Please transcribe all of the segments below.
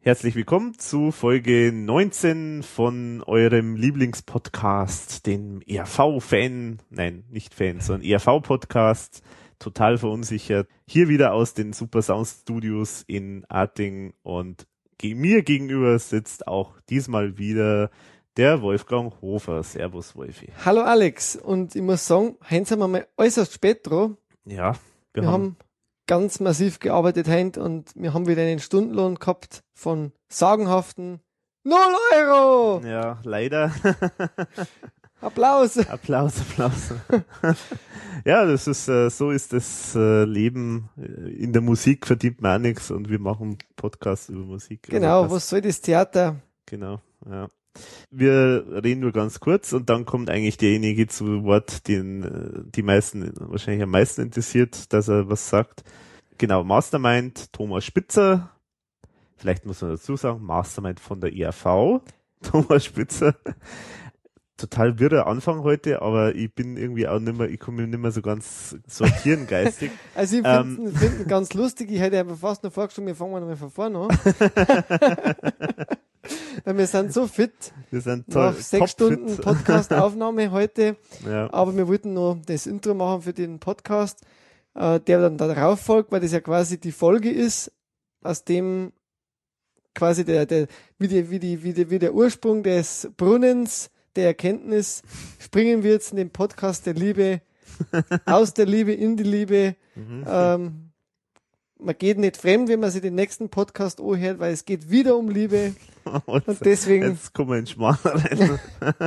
Herzlich willkommen zu Folge 19 von eurem Lieblingspodcast, dem ERV-Fan, nein, nicht Fan, sondern ERV-Podcast, total verunsichert. Hier wieder aus den Super Sound Studios in Arting und mir gegenüber sitzt auch diesmal wieder der Wolfgang Hofer. Servus, Wolfi. Hallo Alex, und ich muss sagen, heute sind wir mal äußerst spät dran. Ja, wir haben ganz massiv gearbeitet heute und wir haben wieder einen Stundenlohn gehabt von sagenhaften 0 Euro. Ja, leider. Applaus. Applaus. Ja, das ist, so ist das Leben. In der Musik verdient man auch nichts und wir machen Podcasts über Musik. Genau, also was soll das Theater? Genau, ja. Wir reden nur ganz kurz und dann kommt eigentlich derjenige zu Wort, den die meisten wahrscheinlich am meisten interessiert, dass er was sagt. Genau, Mastermind Thomas Spitzer. Vielleicht muss man dazu sagen, Mastermind von der ERV, Thomas Spitzer. Total wirrer Anfang heute, aber ich bin irgendwie auch nicht mehr, ich komme nicht mehr so ganz sortieren geistig. Also ich finde ganz lustig, ich hätte einfach fast noch vorgestellt, wir fangen mal nochmal von vorne an. Weil wir sind so fit. Wir sind toll, nach 6 Stunden Podcast-Aufnahme heute. Ja. Aber wir wollten noch das Intro machen für den Podcast, der dann darauf folgt, weil das ja quasi die Folge ist, aus dem quasi wie der Ursprung des Brunnens der Erkenntnis springen wir jetzt in den Podcast der Liebe, aus der Liebe in die Liebe. Man geht nicht fremd, wenn man sich den nächsten Podcast anhört, weil es geht wieder um Liebe. Und deswegen. Jetzt kommen wir in Schmarrn rein.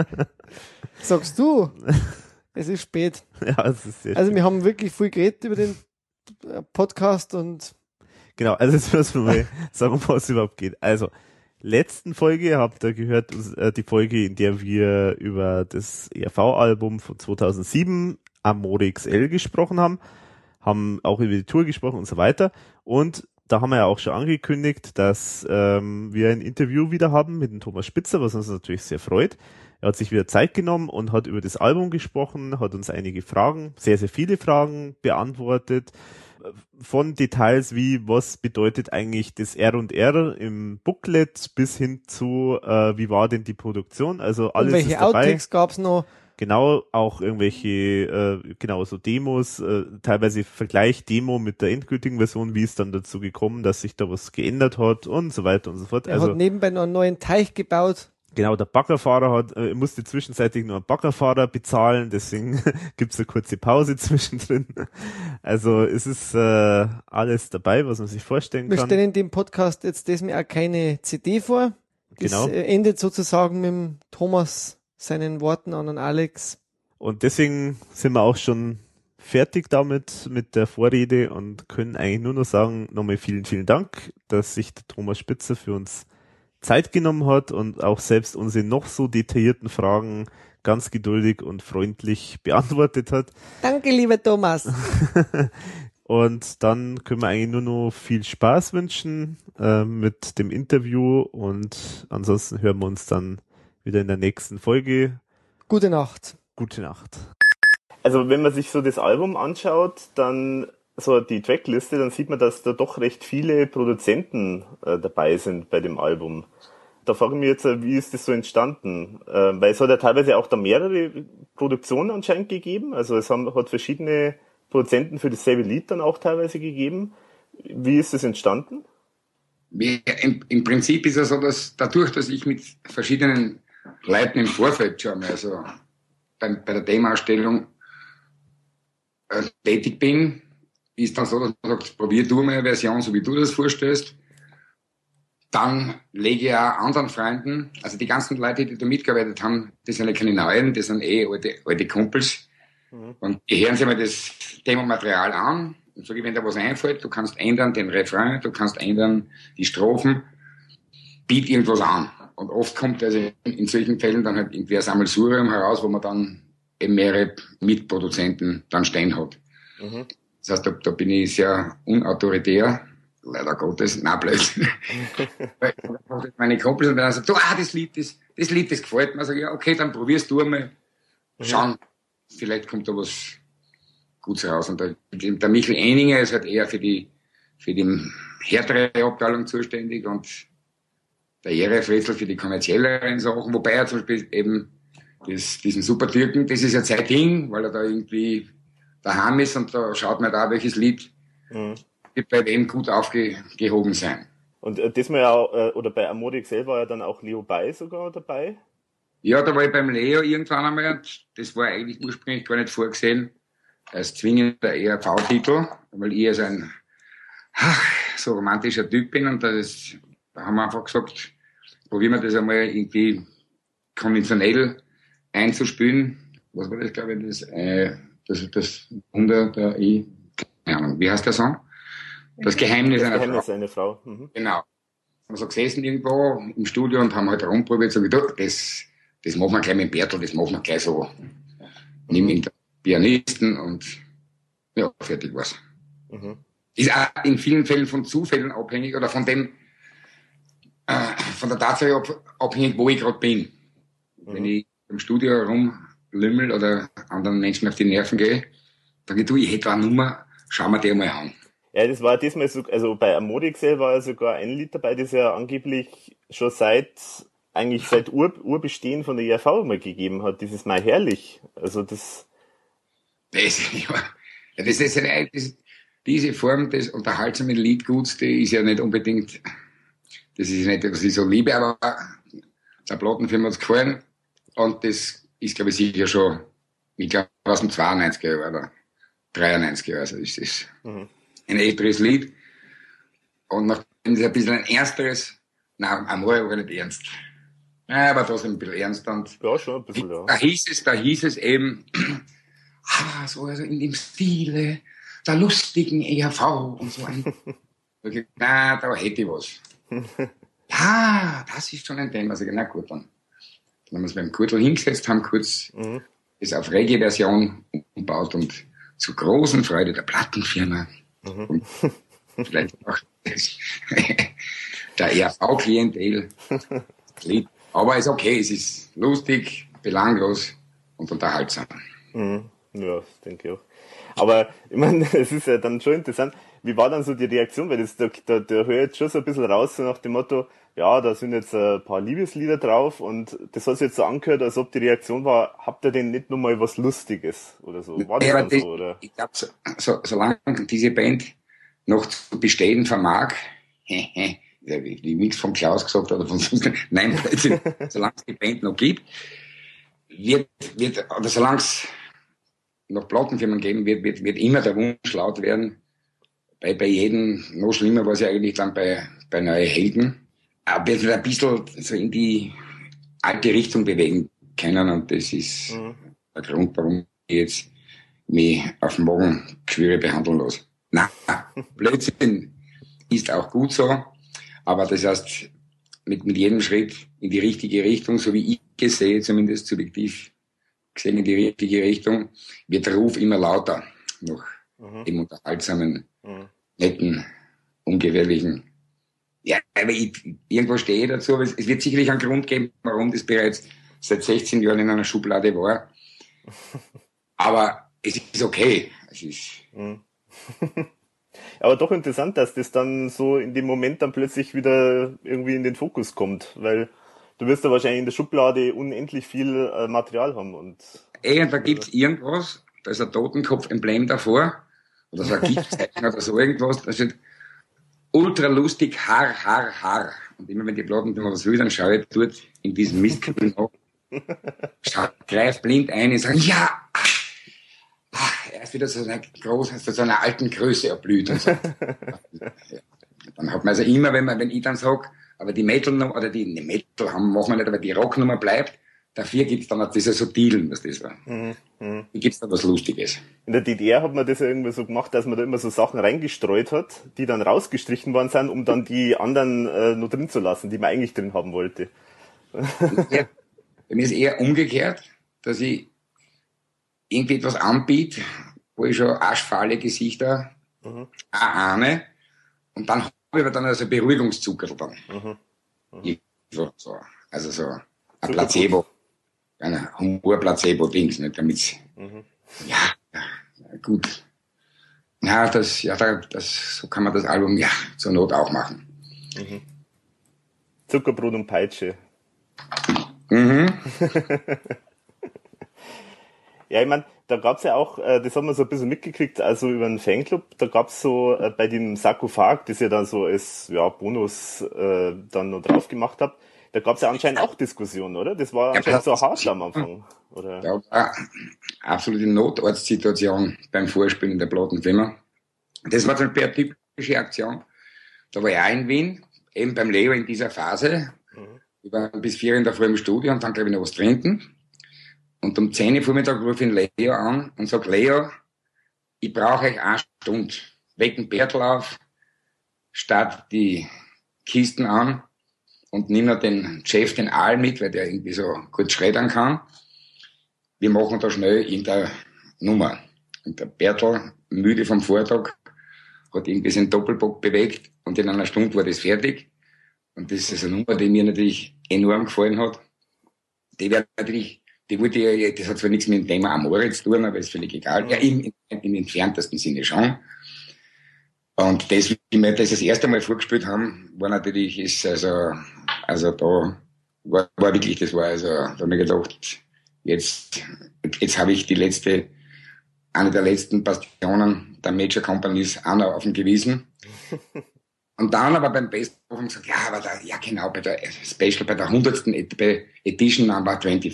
Sagst du, es ist spät. Ja, es ist sehr Also spät. wir haben wirklich viel geredet über den Podcast und. Genau, also jetzt müssen wir mal sagen, um was es überhaupt geht. Also, letzten Folge habt ihr gehört, die Folge, in der wir über das ERV-Album von 2007, Amore XL, gesprochen haben auch über die Tour gesprochen und so weiter. Und da haben wir ja auch schon angekündigt, dass wir ein Interview wieder haben mit dem Thomas Spitzer, was uns natürlich sehr freut. Er hat sich wieder Zeit genommen und hat über das Album gesprochen, hat uns einige Fragen, sehr, sehr viele Fragen beantwortet. Von Details wie, was bedeutet eigentlich das R&R im Booklet bis hin zu, wie war denn die Produktion? Also alles und welche ist dabei. Outtakes gab's noch? Genau, auch irgendwelche, genau, so Demos, teilweise Vergleich-Demo mit der endgültigen Version, wie es dann dazu gekommen, dass sich da was geändert hat und so weiter und so fort. Er hat nebenbei noch einen neuen Teich gebaut. Genau, der Baggerfahrer musste zwischenzeitlich nur einen Baggerfahrer bezahlen, deswegen gibt's eine kurze Pause zwischendrin. Also es ist alles dabei, was man sich vorstellen Wir kann. stellen in dem Podcast jetzt deswegen auch keine CD vor. Das Genau. endet sozusagen mit dem Thomas seinen Worten an den Alex. Und deswegen sind wir auch schon fertig damit, mit der Vorrede und können eigentlich nur noch sagen, nochmal vielen, vielen Dank, dass sich der Thomas Spitzer für uns Zeit genommen hat und auch selbst unsere noch so detaillierten Fragen ganz geduldig und freundlich beantwortet hat. Danke, lieber Thomas. Und dann können wir eigentlich nur noch viel Spaß wünschen mit dem Interview und ansonsten hören wir uns dann wieder in der nächsten Folge. Gute Nacht. Gute Nacht. Also wenn man sich so das Album anschaut, dann so die Trackliste, dann sieht man, dass da doch recht viele Produzenten dabei sind bei dem Album. Da frage ich mich jetzt, wie ist das so entstanden? Weil es hat ja teilweise auch da mehrere Produktionen anscheinend gegeben. Also hat verschiedene Produzenten für dasselbe Lied dann auch teilweise gegeben. Wie ist das entstanden? Im Prinzip ist es so, dass dadurch, dass ich mit verschiedenen Leuten im Vorfeld schon mal also bei der Demo-Ausstellung tätig bin, ist dann so, dass man sagt, probier du mal eine Version, so wie du das vorstellst. Dann lege ich auch anderen Freunden, also die ganzen Leute, die da mitgearbeitet haben, das sind ja keine Neuen, das sind alte Kumpels. Und die hören sich mal das Demo-Material an und sage, wenn da was einfällt, du kannst ändern den Refrain, du kannst ändern die Strophen, biet irgendwas an. Und oft kommt also in solchen Fällen dann halt irgendwie ein Sammelsurium heraus, wo man dann eben mehrere Mitproduzenten dann stehen hat. Das heißt, da bin ich sehr unautoritär, leider Gottes, nein, blöd. Meine Kumpels und dann sagen, das Lied, das gefällt mir. Sag ich, ja, okay, dann probierst du einmal, schauen, vielleicht kommt da was Gutes raus. Und der Michel Ehninger ist halt eher für die härtere Abteilung zuständig und der Ehrefrätzl für die kommerzielleren Sachen, wobei er zum Beispiel eben diesen Supertürken, das ist ja sein Ding, weil er da irgendwie daheim ist und da schaut man da, welches Lied wird bei wem gut aufgehoben sein. Und diesmal ja, oder bei Amorik selber war ja dann auch Leo Bay sogar dabei. Ja, da war ich beim Leo irgendwann einmal, das war eigentlich ursprünglich gar nicht vorgesehen, als zwingender ERV-Titel, weil ich also ein so romantischer Typ bin und da haben wir einfach gesagt, probieren wir das einmal irgendwie konventionell einzuspielen. Was war das, glaube ich, das Wunder der keine Ahnung, wie heißt der Song? Das Geheimnis einer Frau. Mhm. Genau. Haben wir so gesessen irgendwo im Studio und haben halt rumprobiert, so wie du, das machen wir gleich mit dem Bertel, das machen wir gleich so. Nimm den Pianisten und ja, fertig war's. Mhm. Ist auch in vielen Fällen von Zufällen abhängig oder von der Tatsache abhängig, wo ich gerade bin. Wenn ich im Studio rumlümmel oder anderen Menschen auf die Nerven gehe, sage ich hätte eine Nummer, schau mir die mal an. Ja, das war diesmal so, also bei Amorik war ja sogar ein Lied dabei, das ja angeblich schon seit Urbestehen von der ERV mal gegeben hat, dieses Mal herrlich. Also diese Form des unterhaltsamen Liedguts, die ist ja nicht unbedingt, das ist nicht, was ich so liebe, aber der Plattenfirma hat es gefallen und das ist, glaube ich, sicher schon, ich glaube, aus dem 92er Jahr oder 93er Jahr, also ist das ein älteres Lied und nachdem es ein bisschen ein ernsteres, nein, Amore war nicht ernst, ja, aber trotzdem ein bisschen ernst und ja, schon ein bisschen, ja. Da hieß es eben, so also in dem Stile der lustigen ERV und so ein. Okay, da hätte ich was. Ja, das ist schon ein Thema. Also, na gut, dann haben wir uns beim Kurtl hingesetzt, haben kurz das auf Reggae-Version umgebaut und zur großen Freude der Plattenfirma und vielleicht auch der ERV-Klientel. Aber ist okay, es ist lustig, belanglos und unterhaltsam. Ja, das denke ich auch. Aber ich meine, es ist ja dann schon interessant, wie war dann so die Reaktion? Weil da höre ich jetzt schon so ein bisschen raus, so nach dem Motto, ja, da sind jetzt ein paar Liebeslieder drauf und das hat sich jetzt so angehört, als ob die Reaktion war, habt ihr denn nicht nochmal was Lustiges oder so? War das dann so, oder? Ich glaube, solange diese Band noch zu bestehen vermag, wie nichts vom Klaus gesagt hat oder von sonst, nein, solange es die Band noch gibt, oder solange es noch Plattenfirmen geben wird immer der Wunsch laut werden, bei jedem, noch schlimmer war es ja eigentlich dann bei Neue Helden, aber jetzt ein bisschen so in die alte Richtung bewegen können und das ist der Grund, warum ich jetzt mich auf dem Magengeschwüre behandeln lasse. Nein, Blödsinn ist auch gut so, aber das heißt, mit jedem Schritt in die richtige Richtung, so wie ich es sehe, zumindest subjektiv gesehen in die richtige Richtung, wird der Ruf immer lauter, noch im unterhaltsamen, netten, ungefährlichen. Ja, aber irgendwo stehe ich dazu, aber es wird sicherlich einen Grund geben, warum das bereits seit 16 Jahren in einer Schublade war. Aber es ist okay. Es ist aber doch interessant, dass das dann so in dem Moment dann plötzlich wieder irgendwie in den Fokus kommt, weil du wirst da wahrscheinlich in der Schublade unendlich viel Material haben. Und da gibt's irgendwas, da ist ein Totenkopf-Emblem davor, oder so ein Giftzeichen oder so irgendwas, da steht ultra lustig, Har. Und immer wenn die Platten immer was will, dann schaue ich dort in diesem Mistkübel nach, greif blind ein und sage, ja, er ist wieder so so einer alten Größe erblüht und so. Dann hat man also immer, wenn ich dann sage, aber die Metal-Nummer, oder die Metal machen wir nicht, aber die Rocknummer bleibt, dafür gibt's dann auch diese Subtilen, was das war. Hier gibt's dann was Lustiges. In der DDR hat man das ja irgendwie so gemacht, dass man da immer so Sachen reingestreut hat, die dann rausgestrichen worden sind, um dann die anderen noch drin zu lassen, die man eigentlich drin haben wollte. Bei mir ist eher umgekehrt, dass ich irgendwie etwas anbiete, wo ich schon aschfahle Gesichter ahne, und dann habe ich aber dann also Beruhigungszucker dann. So, also so ein Placebo, ein Humor-Placebo-Dings, nicht damit ja, gut. Ja, so kann man das Album ja zur Not auch machen. Zuckerbrot und Peitsche. Mhm. Ja, ich meine, da gab's ja auch, das haben wir so ein bisschen mitgekriegt, also über einen Fanclub, da gab's so bei dem Sarkophag, das ihr dann so als Bonus dann noch drauf gemacht habt, da gab's ja anscheinend auch Diskussionen, oder? Das war anscheinend so hart am Anfang, oder? Da war eine absolute Notarztsituation beim Vorspielen der Plattenfirma. Das war dann eine typische Aktion. Da war ich auch in Wien, eben beim Leo in dieser Phase. Ich war bis 4 in der Früh im Studio und dann glaube ich noch was trinken. Und um 10 Uhr Vormittag rufe ich den Leo an und sage, Leo, ich brauche euch 1 Stunde. Weck den Bertel auf, start die Kisten an und nimm noch den Chef, den Aal mit, weil der irgendwie so gut schreddern kann. Wir machen da schnell irgendeine Nummer. Und der Bertel, müde vom Vortag, hat irgendwie seinen Doppelbock bewegt und in einer Stunde war das fertig. Und das ist eine Nummer, die mir natürlich enorm gefallen hat. Die wäre natürlich, die wollte ja, das hat zwar nichts mit dem Thema Amore zu tun, aber ist völlig egal. Ja, im entferntesten Sinne schon. Und das, wie wir das erste Mal vorgespielt haben, war natürlich, also da war wirklich, das war also, da habe ich gedacht, jetzt habe ich eine der letzten Bastionen der Major Companies auch noch auf dem Gewissen. Und dann aber beim Best of gesagt, ja, aber da, ja genau, bei der Special, bei der 100. Edition Number 25.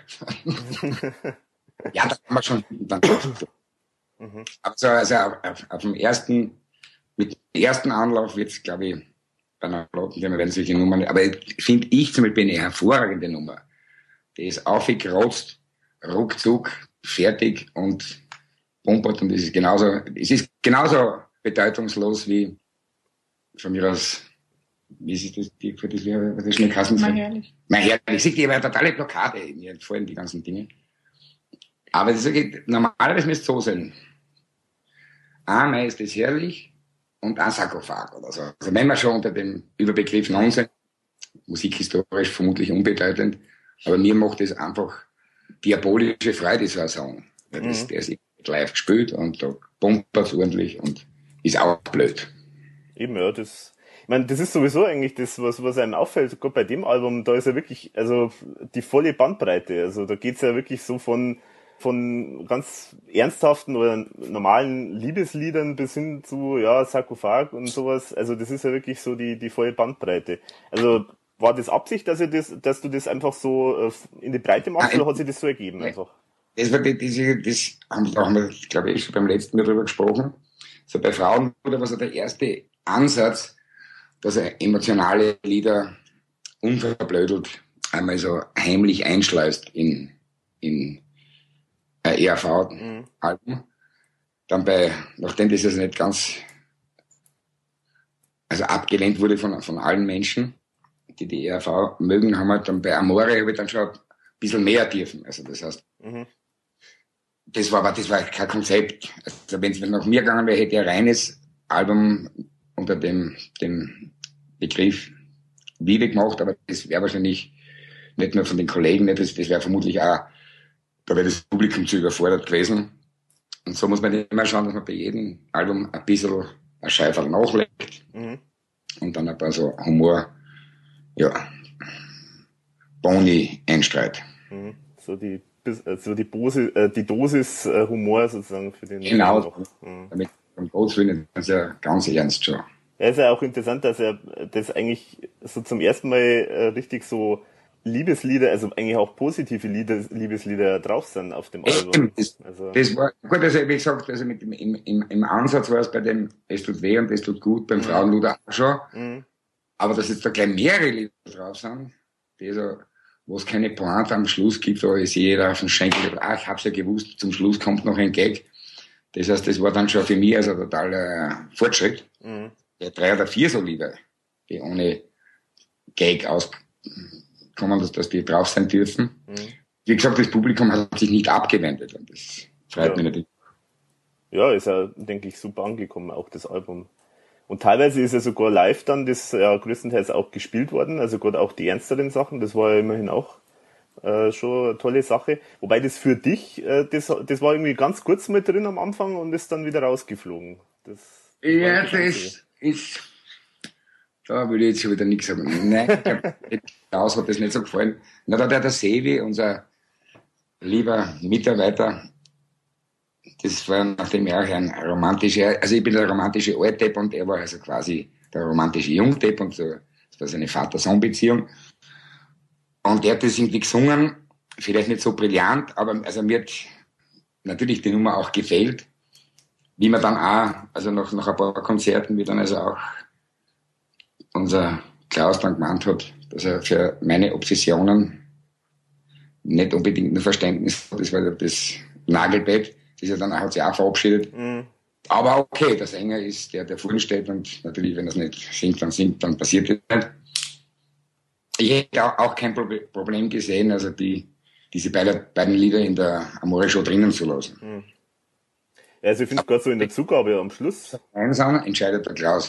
Ja, da haben wir schon dann also auf dem mit dem ersten Anlauf wird's, glaube ich, bei einer Plattenfirma werden solche Nummern, aber finde ich zum Beispiel eine hervorragende Nummer. Die ist aufgekrotzt, ruckzuck, fertig und pumpert und es ist genauso bedeutungslos wie von mir aus, wie ist das, für das was ist schon Kassen? Mein Herrlich. Mein Herrlich. Siehst du, ich habe eine totale Blockade, mir gefallen die ganzen Dinge. Aber das ist, normalerweise müsste es so sein. Einmal ist das herrlich und ein Sarkophag oder so. Also wenn wir schon unter dem Überbegriff Nonsens, musikhistorisch vermutlich unbedeutend, aber mir macht das einfach diabolische Freude, so ein Song. Weil der ist live gespielt und da pumpert es ordentlich und ist auch blöd. Eben, ja, ich meine, das ist sowieso eigentlich das, was einem auffällt, gerade bei dem Album, da ist ja wirklich, also die volle Bandbreite, also da geht's ja wirklich so von ganz ernsthaften oder normalen Liebesliedern bis hin zu, Sarkophag und sowas, also das ist ja wirklich so die volle Bandbreite. Also, war das Absicht, dass du das einfach so in die Breite machst, oder hat sich das so ergeben einfach? Das haben wir, glaube ich, schon beim letzten Mal drüber gesprochen. So bei Frauen war so der erste Ansatz, dass er emotionale Lieder unverblödelt einmal so heimlich einschleust in ein ERV-Album. Dann nachdem das also nicht ganz, also abgelehnt wurde von allen Menschen, die ERV mögen, haben wir dann bei Amore habe ich dann schon ein bisschen mehr dürfen. Also das heißt, das war kein Konzept. Also wenn es nach mir gegangen wäre, hätte ich ein reines Album unter dem Begriff Liebe gemacht, aber das wäre wahrscheinlich nicht nur von den Kollegen, nicht, das wäre vermutlich auch, da wäre das Publikum zu überfordert gewesen. Und so muss man immer schauen, dass man bei jedem Album ein bisschen ein Scheiferl nachlegt und dann ein paar so Humor, Boni einstreut. So die Dosis Humor sozusagen für den. Genau. Damit beim Großfilm ist ja ganz ernst schon. Ja, ist ja auch interessant, dass er das eigentlich so zum ersten Mal richtig so Liebeslieder, also eigentlich auch positive Liebeslieder drauf sind auf dem Album. Das war gut, also wie gesagt, also im Ansatz war es bei dem Es tut weh und es tut gut, beim Frauenluder auch schon. Aber dass jetzt da gleich mehrere Lieder drauf sind, die so, wo es keine Pointe am Schluss gibt, wo ist jeder auf den Schenkel, ich hab's ja gewusst, zum Schluss kommt noch ein Gag. Das heißt, das war dann schon für mich also totaler Fortschritt. Ja, 3 oder 4 so Lieder, die ohne Gag auskommen, dass die drauf sein dürfen. Wie gesagt, das Publikum hat sich nicht abgewendet und das freut mich natürlich. Ja, ist ja, denke ich, super angekommen, auch das Album. Und teilweise ist ja sogar live dann das größtenteils auch gespielt worden, also gerade auch die ernsteren Sachen, das war ja immerhin auch schon eine tolle Sache. Wobei das für dich, das war irgendwie ganz kurz mal drin am Anfang und ist dann wieder rausgeflogen. Das ist Da will ich jetzt schon wieder nichts sagen. Nein, Klaus hat das nicht so gefallen. Na, da der Sevi, unser lieber Mitarbeiter, das war nachdem er auch ein romantischer, also ich bin der romantische Altdepp und er war also quasi der romantische Jungdepp und so, das war so eine Vater-Sohn-Beziehung. Und er hat das irgendwie gesungen, vielleicht nicht so brillant, aber also mir hat natürlich die Nummer auch gefällt, wie man dann auch, also nach ein paar Konzerten, wie dann also auch unser Klaus dann gemeint hat, dass er für meine Obsessionen nicht unbedingt ein Verständnis hat. Das war das Nagelbett, das er dann hat sich auch verabschiedet. Mhm. Aber okay, der Sänger ist der vorne steht und natürlich, wenn er es nicht singt, dann passiert das nicht. Ich hätte auch kein Problem gesehen, also diese beiden Lieder in der Amore Show drinnen zu lassen. Mhm. Also ich finde es gerade so in der Zugabe am Schluss. Einsam entscheidet der Klaus.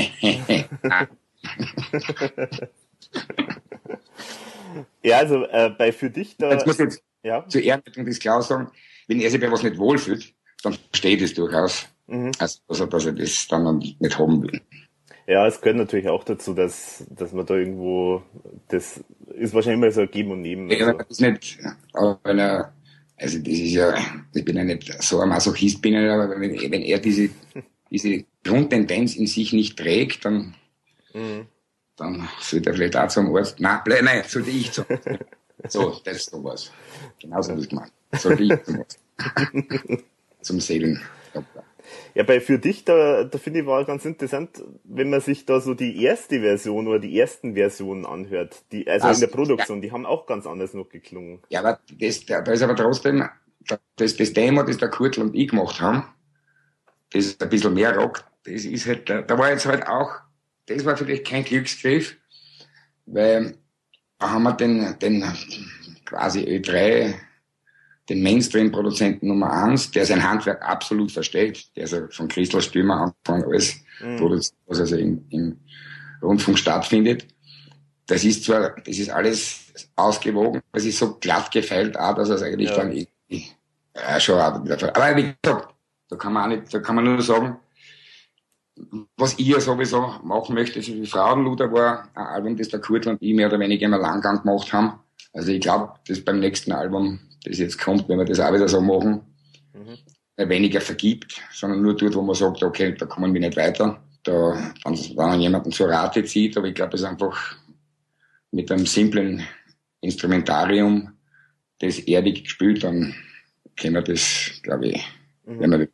Ja, also bei Für dich da... Jetzt muss ich zu Ehren des Klaus sagen, wenn er sich bei was nicht wohlfühlt, dann versteht es durchaus. Mhm. Also, dass er das dann nicht haben will. Ja, es gehört natürlich auch dazu, dass man da irgendwo, das ist wahrscheinlich immer so ein Geben und Nehmen. Ja, also. Das ist nicht, aber wenn er, also das ist ja, ich bin ja nicht so ein Masochist, aber wenn er diese Grundtendenz in sich nicht trägt, dann sollte er vielleicht auch zum Arzt. Nein, sollte ich zum Arzt. So, das ist sowas. Genauso habe ich gemacht. Sollte ich zum Arzt. Zum Seelendoktor. Ja, bei Für dich, da finde ich, war ganz interessant, wenn man sich da so die erste Version oder die ersten Versionen anhört, also in der Produktion, die haben auch ganz anders noch geklungen. Ja, aber da ist aber trotzdem, das Demo, das der Kurtl und ich gemacht haben, das ist ein bisschen mehr Rock, das ist halt, da war jetzt halt auch, das war vielleicht kein Glücksgriff, weil da haben wir den quasi Ö3, den Mainstream-Produzenten Nummer 1, der sein Handwerk absolut versteht, der so von Christel Stürmer anfangen alles produziert, was also im Rundfunk stattfindet. Das ist alles ausgewogen, es ist so glatt gefeilt auch, dass es eigentlich dann schon auch wieder, aber wie gesagt, da kann man nur sagen, was ich ja sowieso machen möchte, ist die Frauenluder war ein Album, das der Kurtl und ich mehr oder weniger im Langgang gemacht haben. Also ich glaube, dass beim nächsten Album, das jetzt kommt, wenn wir das auch wieder so machen, weniger vergibt, sondern nur dort, wo man sagt, okay, da kommen wir nicht weiter. Da, wenn man jemanden zur Rate zieht, aber ich glaube, es ist einfach mit einem simplen Instrumentarium, das erdig gespielt, dann können wir das, glaube ich, wenn wir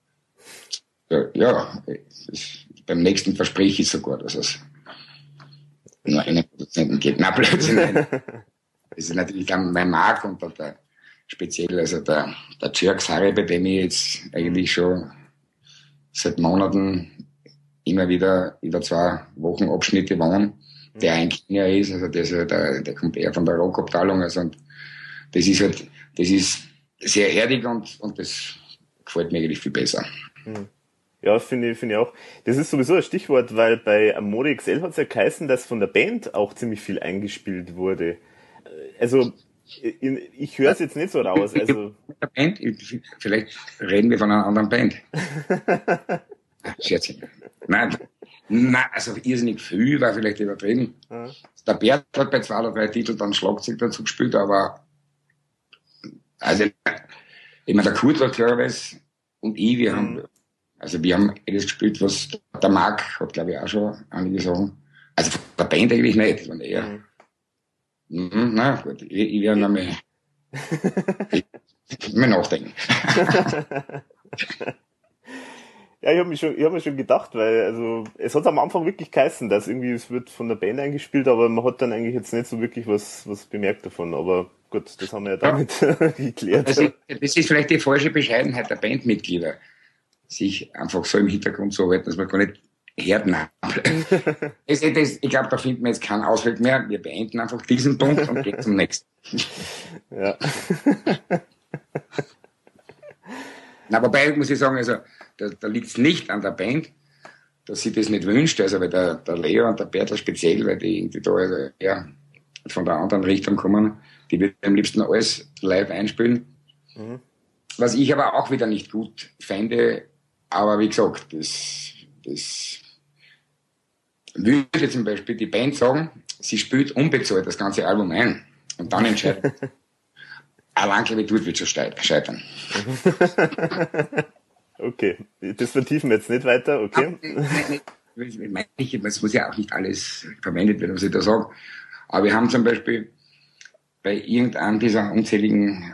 beim nächsten verspreche ich sogar, dass es nur einen Produzenten gibt. Na, Blödsinn. Das ist natürlich dann mein Mark und der speziell, also der Jerks Harry, bei dem ich jetzt eigentlich schon seit Monaten immer wieder über 2 Wochenabschnitte wohne, der ein Kenia ist, also der kommt eher von der Rockabteilung, also und das ist sehr erdig und das gefällt mir eigentlich viel besser. Ja, finde ich auch. Das ist sowieso ein Stichwort, weil bei Amore XL hat es ja geheißen, dass von der Band auch ziemlich viel eingespielt wurde. Also, ich höre es jetzt nicht so raus. Also Band? Vielleicht reden wir von einer anderen Band. Scherzchen. Nein, also irrsinnig viel war vielleicht übertrieben. Ja. Der Bert hat bei 2 oder 3 Titeln dann Schlagzeug dazu gespielt, aber also ich meine, der Kurt war klarerweise und ich, wir haben alles gespielt, was der Marc hat, glaube ich, auch schon einige Sachen. Also von der Band eigentlich nicht, sondern eher. Na gut, ich werde nochmal nachdenken. Ja, ich hab mir schon gedacht, weil also es hat am Anfang wirklich geheißen, dass irgendwie es wird von der Band eingespielt, aber man hat dann eigentlich jetzt nicht so wirklich was bemerkt davon. Aber gut, das haben wir ja damit geklärt. Also, das ist vielleicht die falsche Bescheidenheit der Bandmitglieder, sich einfach so im Hintergrund zu halten, dass man gar nicht hört. Ich glaube, da finden wir jetzt keinen Ausweg mehr. Wir beenden einfach diesen Punkt und gehen zum nächsten. Ja. Na, wobei muss ich sagen, also da liegt es nicht an der Band, dass sie das nicht wünscht. Also weil der Leo und der Bertel speziell, weil die irgendwie da also eher von der anderen Richtung kommen, die würden am liebsten alles live einspielen. Was ich aber auch wieder nicht gut fände, aber wie gesagt, das würde zum Beispiel die Band sagen, sie spielt unbezahlt das ganze Album ein und dann entscheidet, allein glaube ich, dort wird schon scheitern. Okay, das vertiefen wir jetzt nicht weiter, okay. Es muss ja auch nicht alles verwendet werden, was ich da sage. Aber wir haben zum Beispiel bei irgendeinem dieser unzähligen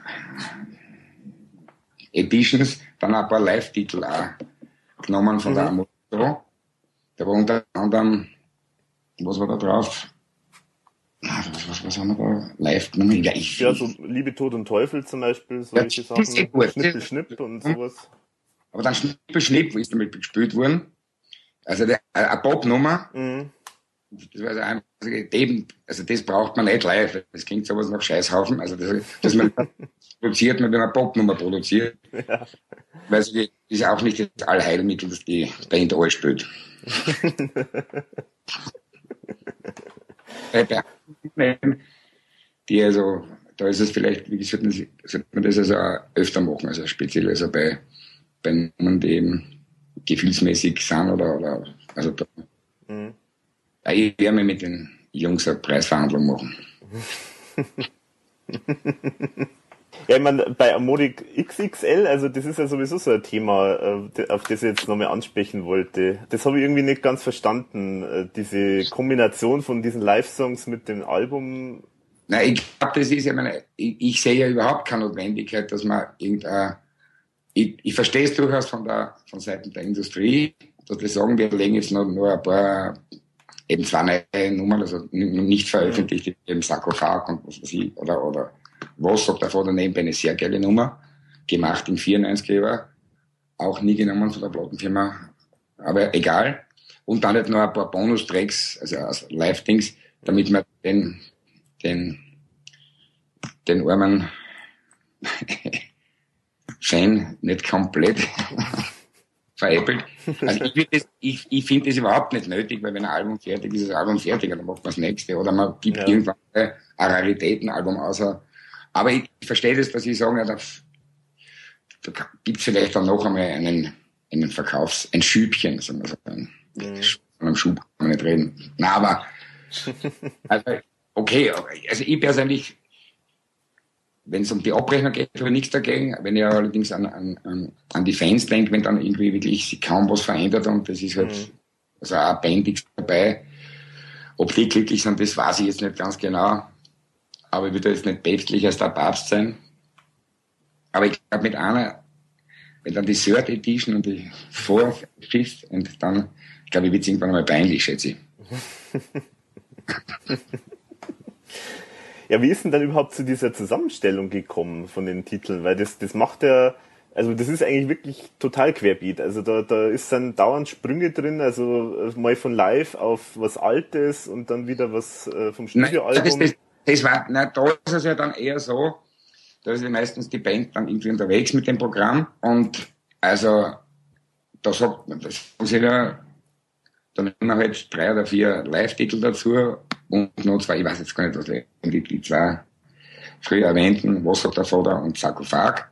Editions dann ein paar Live-Titel auch genommen von der Amor. Da war unter anderem, was war da drauf? Was haben wir da live genommen? Ja, so Liebe, Tod und Teufel zum Beispiel, solche Sachen. Schnippel, Schnipp und sowas. Aber dann Schnippel, Schnipp, wo ist damit gespielt worden? Also eine Popnummer. Das war also einfach, also das braucht man nicht live. Das klingt sowas nach Scheißhaufen. Also das man produziert, wenn man eine Popnummer produziert. Ja. Weil das ist auch nicht das Allheilmittel, das die Band alles spielt. Die also, da ist es vielleicht, wie sollte man das also auch öfter machen, also speziell also bei Nummern, die eben gefühlsmäßig sind oder also da. Ich werde mir mit den Jungs eine Preisverhandlung machen. Ja, ich meine, bei Amorik XXL, also das ist ja sowieso so ein Thema, auf das ich jetzt nochmal ansprechen wollte. Das habe ich irgendwie nicht ganz verstanden, diese Kombination von diesen Live-Songs mit dem Album. Nein, ich glaube, das ist, ich sehe ja überhaupt keine Notwendigkeit, dass man ich verstehe es durchaus von Seiten der Industrie, dass die sagen, wir legen jetzt nur ein paar, eben 2 neue Nummern, also nicht veröffentlicht, eben Sarkophag und was weiß ich, oder was sagt davor daneben, eine sehr geile Nummer, gemacht in 94er Jahren, auch nie genommen von der Plattenfirma, aber egal. Und dann halt noch ein paar Bonustracks, also Live-Dings, damit man den armen Fan nicht komplett veräppelt. Also ich finde das überhaupt nicht nötig, weil wenn ein Album fertig ist, ist das Album fertig, dann macht man das nächste. Oder man gibt irgendwann ein Raritätenalbum aus. Aber ich verstehe das, dass sie sagen, ja, da gibt es vielleicht dann noch einmal einen ein Schübchen, sagen wir so. Von einem Schub kann man nicht reden. Na, aber, also, okay, also ich persönlich, wenn es um die Abrechnung geht, habe ich nichts dagegen. Wenn ich allerdings an die Fans denke, wenn dann irgendwie wirklich sich kaum was verändert und das ist halt, also auch Band dabei. Ob die glücklich sind, das weiß ich jetzt nicht ganz genau. Aber ich würde jetzt nicht päpstlich als der Papst sein. Aber ich glaube mit einer, wenn dann die Third Edition und die Fourth, Fifth und dann, ich glaube, wird es irgendwann einmal peinlich, schätze ich. Ja, wie ist denn dann überhaupt zu dieser Zusammenstellung gekommen von den Titeln? Weil das macht ja, also das ist eigentlich wirklich total querbeet. Also da ist dann dauernd Sprünge drin, also mal von live auf was Altes und dann wieder was vom Studioalbum. Da ist es ja dann eher so, da ist ja meistens die Band dann irgendwie unterwegs mit dem Programm und also da sagt man, das muss ja, dann nehmen wir halt 3 oder 4 Live-Titel dazu und noch 2, ich weiß jetzt gar nicht, was die 2 früher erwähnten, Was sagt der Vater und Sarkophag.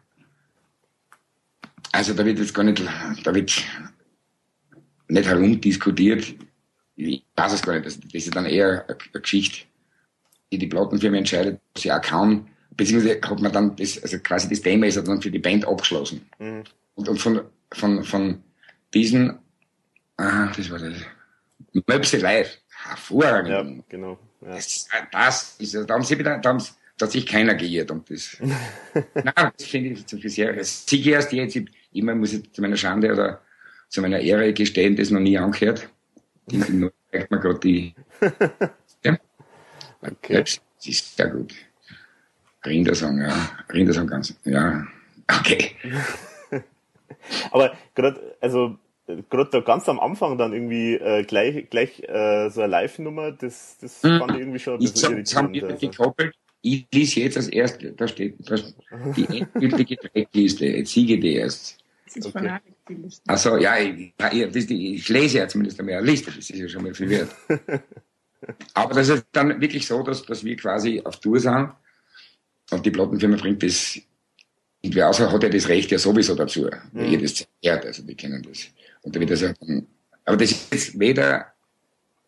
Also da wird jetzt gar nicht, da wird nicht herumdiskutiert. Ich weiß es gar nicht, das ist dann eher eine Geschichte, die Plattenfirma entscheidet, was sie auch kann, beziehungsweise hat man dann also quasi das Thema ist dann für die Band abgeschlossen. Und von diesen, das war das, Möpse live, hervorragend. Ja, genau. Ja. Das ist, da hat sich keiner geirrt und das, nein, das finde ich zu viel sehr, sicher erst jetzt, immer muss ich zu meiner Schande oder zu meiner Ehre gestehen, das noch nie angehört. Die zeigt mir gerade die, ja. Okay. Das ist sehr gut. Rindersong, ja. Rindersong ganz, ja. Okay. Aber gerade da ganz am Anfang dann irgendwie gleich so eine Live-Nummer, das fand ich irgendwie schon ein bisschen irritierend. Haben wir gekoppelt. Ich lese jetzt als erstes, da steht die endgültige Trackliste. Jetzt siege die erst. Das ist von die Liste. Also ja, ich lese ja zumindest einmal eine Liste, das ist ja schon mal viel wert. Aber das ist dann wirklich so, dass wir quasi auf Tour sind und die Plattenfirma bringt das irgendwie außer hat er das Recht ja sowieso dazu, weil ihr das zehrt, also die kennen das. Und da wird das ja, aber das ist jetzt weder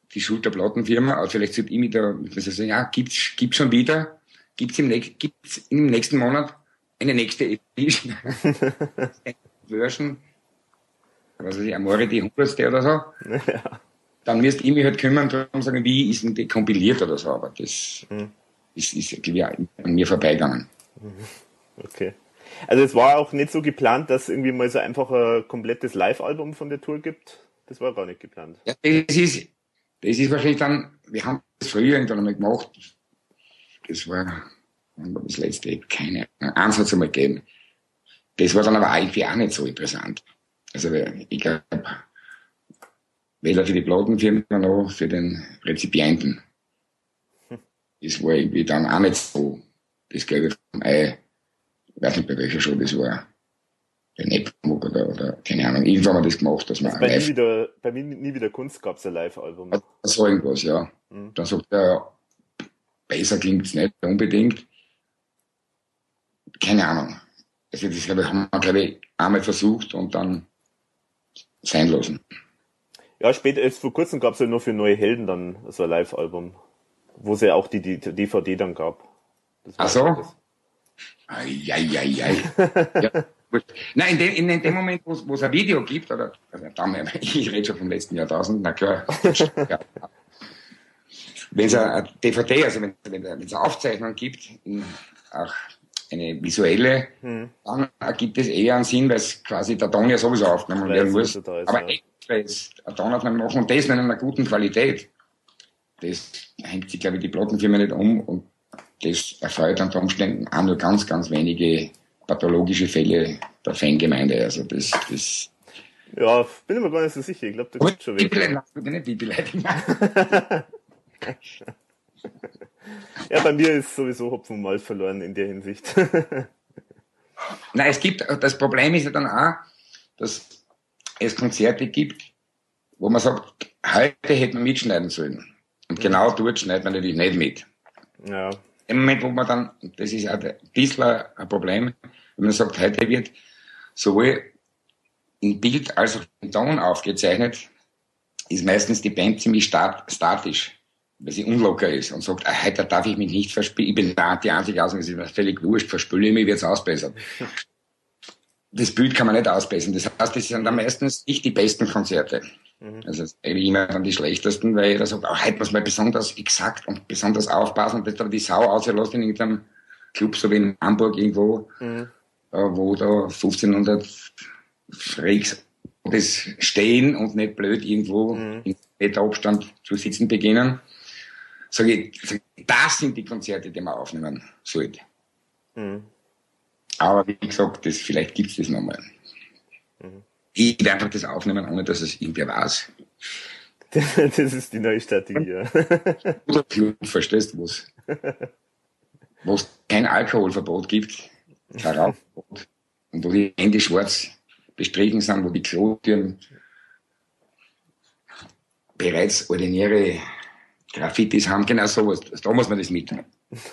die Schuld der Plattenfirma, aber vielleicht sollte ich mich da, sagen, ja, gibt's schon wieder, gibt's im nächsten Monat eine nächste Edition, Version, was weiß ich, Amore die 100. oder so. Ja. Dann müsste ich mich halt kümmern, darum sagen, wie ist denn die kompiliert oder so, aber das ist glaube ich, an mir vorbeigegangen. Okay. Also es war auch nicht so geplant, dass irgendwie mal so einfach ein komplettes Live-Album von der Tour gibt? Das war gar nicht geplant. Ja, das ist wahrscheinlich dann, wir haben das früher irgendwann einmal gemacht, das war das letzte, keine Ahnung, eins hat es einmal gegeben. Das war dann aber irgendwie auch nicht so interessant. Also ich glaube, weder für die Plattenfirma noch für den Rezipienten. Das war irgendwie dann auch nicht so das Gelbe vom Ei. Ich weiß nicht, bei welcher Show das war. Bei Nepomuk oder keine Ahnung. Irgendwann haben wir das gemacht, dass man also bei nie wieder Kunst gab es ein Live-Album. Das war irgendwas, ja. Dann sagt er, besser klingt's nicht unbedingt. Keine Ahnung. Also das haben wir, glaube ich, einmal versucht und dann sein lassen. Ja, später, vor kurzem gab es ja nur für Neue Helden dann so ein Live-Album, wo es ja auch die DVD dann gab. Ach so? Ja. Nein, in dem Moment, wo es ein Video gibt, oder, ich rede schon vom letzten Jahrtausend, na klar. Ja. Wenn es eine DVD, also wenn es eine Aufzeichnung gibt, auch eine visuelle, dann ergibt es eher einen Sinn, weil es quasi der Ton ja sowieso aufgenommen werden muss. Aber extra jetzt eine Tonaufnahme machen und das in einer guten Qualität, das hängt sich, glaube ich, die Plattenfirma nicht um und das erfreut unter Umständen auch nur ganz, ganz wenige pathologische Fälle der Fangemeinde. Also das ja, bin ich mir gar nicht so sicher. Ich glaube, da gibt es schon welche. Die beleidigen. Ja, bei mir ist sowieso Hopfen und Malz verloren in der Hinsicht. Nein, das Problem ist ja dann auch, dass es Konzerte gibt, wo man sagt, heute hätte man mitschneiden sollen. Und genau dort schneidet man natürlich nicht mit. Ja. Im Moment, wo man dann, das ist auch ein bisschen ein Problem, wenn man sagt, heute wird sowohl in Bild als auch in Ton aufgezeichnet, ist meistens die Band ziemlich statisch, weil sie unlocker ist und sagt, heute darf ich mich nicht verspielen, ich bin da die einzige Ausnahme, es ist mir völlig wurscht, verspüle ich mich, wird's ausbessert. Das Bild kann man nicht ausbessern. Das heißt, das sind dann meistens nicht die besten Konzerte. Also immer dann die schlechtesten, weil jeder sagt, heute muss man besonders exakt und besonders aufpassen und das dann die Sau ausgelassen in irgendeinem Club, so wie in Hamburg irgendwo, wo da 1500 Freaks das stehen und nicht blöd irgendwo in Meterabstand zu sitzen beginnen. Sag ich, das sind die Konzerte, die man aufnehmen sollte. Aber wie gesagt, vielleicht gibt's das nochmal. Ich werde einfach das aufnehmen, ohne dass es irgendwer weiß. Das ist die neue Strategie, ja. Oder Club, verstehst du, wo es kein Alkoholverbot gibt, kein Rauchverbot, und wo die Hände schwarz bestrichen sind, wo die Klotüren bereits ordinäre Graffitis haben, genau sowas. Da muss man das mitnehmen.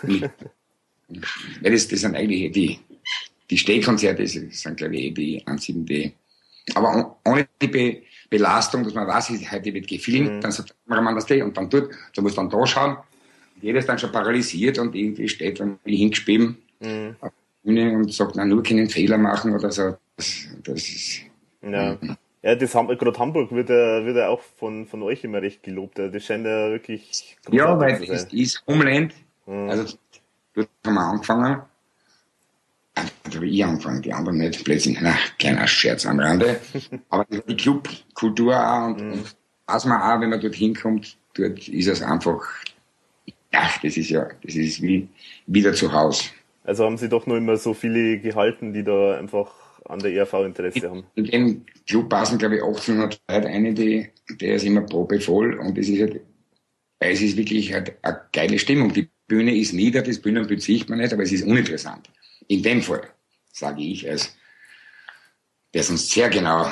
Weil das sind eigentlich die Stehkonzerte, sind glaube ich die einzigen, die, aber ohne die Belastung, dass man weiß, heute wird gefilmt, dann sagt der Kameramann das und dann da muss dann da schauen. Jeder ist dann schon paralysiert und irgendwie steht dann wie hingeschrieben auf der Bühne und sagt, na, nur keinen Fehler machen oder so. Das ist, ja. Ja, gerade Hamburg wird ja auch von euch immer recht gelobt. Das scheint ja wirklich großartig ja, weil es ist Homeland. Also, dort haben wir angefangen. Da habe ich angefangen, die anderen nicht. Plötzlich, kleiner Scherz am Rande. Aber die Clubkultur auch und was man auch, wenn man dort hinkommt, dort ist es einfach, das ist wie wieder zu Hause. Also haben Sie doch nur immer so viele gehalten, die da einfach an der ERV Interesse haben. In dem Club passen, glaube ich, 1800 Leute eine, der ist immer probevoll und es ist wirklich halt eine geile Stimmung. Die Bühne ist nieder, das Bühnenbild sieht man nicht, aber es ist uninteressant. In dem Fall, sage ich, der sonst sehr genau,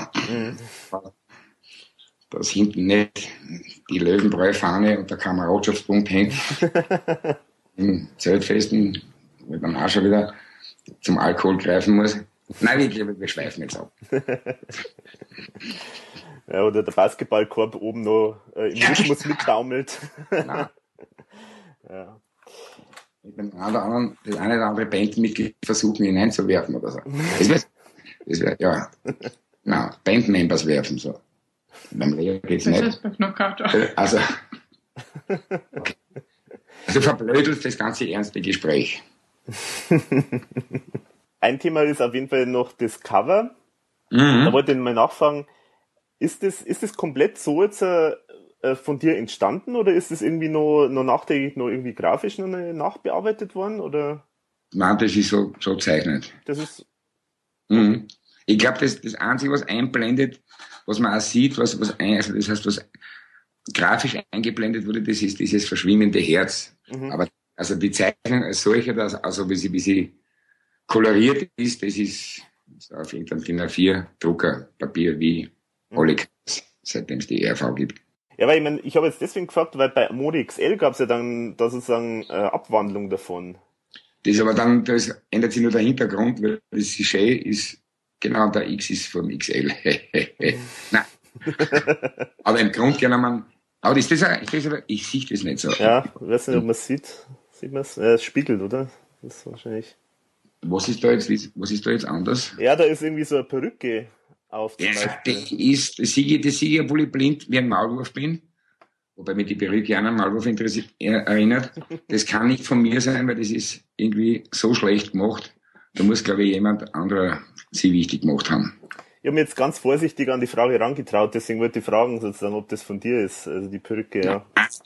dass hinten nicht die Löwenbräu-Fahne und der Kameradschaftspunkt hängt. Im Zeltfesten, wo ich dann auch schon wieder zum Alkohol greifen muss. Nein, wir schweifen jetzt ab. Ja, oder der Basketballkorb oben noch im Rhythmus mitbaumelt. Nein. Ja. Mit dem einen oder anderen, das eine oder andere Bandmitglied versuchen hineinzuwerfen oder so. Das wär, ja. Genau, Bandmembers werfen so. Beim Lehrer geht's Das nicht. ist beim Knockout auch. Also, okay. Also verblödelt das ganze ernste Gespräch. Ein Thema ist auf jeden Fall noch das Cover. Mhm. Da wollte ich mal nachfragen, ist das komplett so jetzt von dir entstanden oder ist das irgendwie noch nachträglich noch irgendwie grafisch noch nachbearbeitet worden? Oder? Nein, das ist so zeichnet. Das ist. Mhm. Ich glaube, das Einzige, was einblendet, was man auch sieht, also das heißt, was grafisch eingeblendet wurde, das ist dieses verschwimmende Herz. Mhm. Aber also die Zeichnung als solche, also wie sie koloriert ist, das ist auf irgendeinem DIN A4 Druckerpapier wie alle, seitdem es die ERV gibt. Ja, weil ich habe jetzt deswegen gefragt, weil bei Modi XL gab es ja dann da sozusagen Abwandlung davon. Das aber dann, das ändert sich nur der Hintergrund, weil das Sujet ist, genau, der X ist vom XL. Nein. Aber im Grunde genommen, aber ich sehe das nicht so. Ja, ich weiß nicht, ob man es sieht. Sieht man es? Es spiegelt, oder? Das ist wahrscheinlich. Was ist da jetzt anders? Ja, da ist irgendwie so eine Perücke auf zum Ja, Beispiel. das sehe ich, obwohl ich blind wie ein Maulwurf bin. Wobei mich die Perücke an einen Maulwurf erinnert. Das kann nicht von mir sein, weil das ist irgendwie so schlecht gemacht. Da muss, glaube ich, jemand anderer sie wichtig gemacht haben. Ich habe mir jetzt ganz vorsichtig an die Frage herangetraut, deswegen wollte ich fragen, sozusagen, ob das von dir ist, also die Perücke, ja.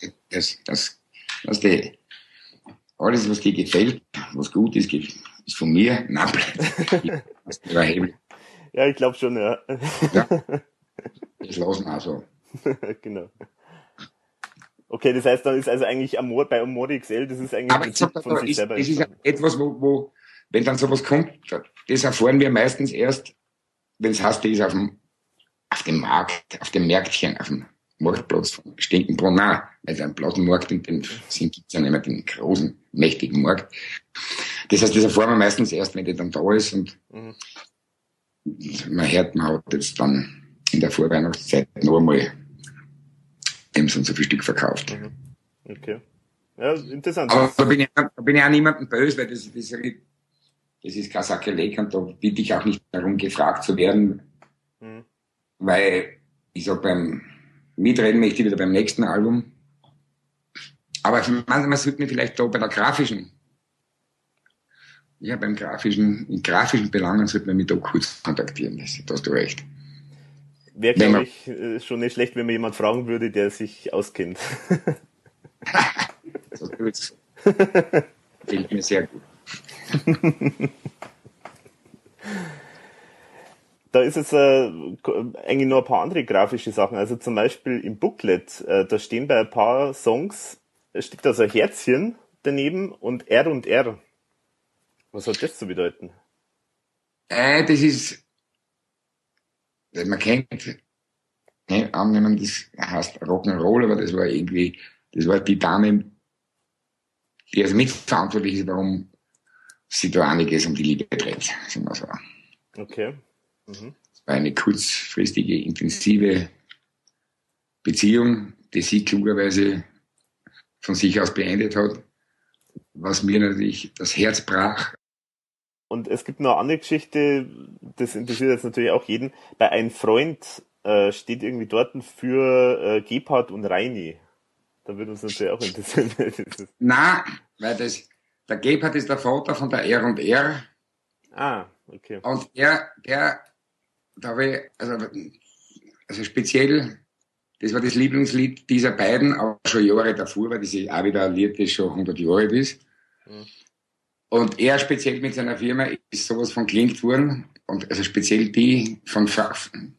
Alles, was dir gefällt, was gut ist, ist von mir. Nein, das ist erheblich. Ja, ich glaube schon, ja. Ja, das lassen wir auch so. Genau. Okay, das heißt, dann ist also eigentlich bei Amore XL, das ist eigentlich Aber ich sag, von sich selber das ist entstanden. etwas, wo, wenn dann sowas kommt, das erfahren wir meistens erst, wenn es heißt, der ist auf dem Markt, auf dem Märktchen, auf dem Marktplatz von Stinkenbrunn. Nein, also einen platten Markt, in dem gibt es ja nicht mehr den großen, mächtigen Markt. Das heißt, das erfahren wir meistens erst, wenn der dann da ist und man hat jetzt dann in der Vorweihnachtszeit noch einmal eben so viel Stück verkauft. Okay. Ja, interessant. Aber da bin ich auch niemandem böse, weil das ist kein Sakrileg und da bitte ich auch nicht darum, gefragt zu werden, weil ich sag, beim Mitreden möchte ich wieder beim nächsten Album. Aber man sollte mir vielleicht da bei der grafischen, in grafischen Belangen sollte man mich da kurz kontaktieren. Da hast du recht. Wäre, glaube ich, schon nicht schlecht, wenn man jemand fragen würde, der sich auskennt. So gut. Fehlt mir sehr gut. Da ist jetzt eigentlich noch ein paar andere grafische Sachen. Also zum Beispiel im Booklet, da stehen bei ein paar Songs, steht da so ein Herzchen daneben und R. Was hat das zu bedeuten? Das ist, man kennt, annehmen, das heißt Rock'n'Roll, aber das war die Dame, die also mitverantwortlich ist, warum sie da einiges um die Liebe dreht, sagen wir so. Okay. Es war eine kurzfristige, intensive Beziehung, die sie klugerweise von sich aus beendet hat, was mir natürlich das Herz brach. Und es gibt noch eine andere Geschichte, das interessiert jetzt natürlich auch jeden. Bei einem Freund steht irgendwie dort für Gebhard und Reini. Da würde uns natürlich auch interessieren. Nein, weil der Gebhard ist der Vater von der R&R. Ah, okay. Und da habe ich, also speziell, das war das Lieblingslied dieser beiden, auch schon Jahre davor, weil das auch wieder ein Lied, das schon 100 Jahre alt ist. Und er speziell mit seiner Firma ist sowas von klingt worden. Und also speziell die von falschen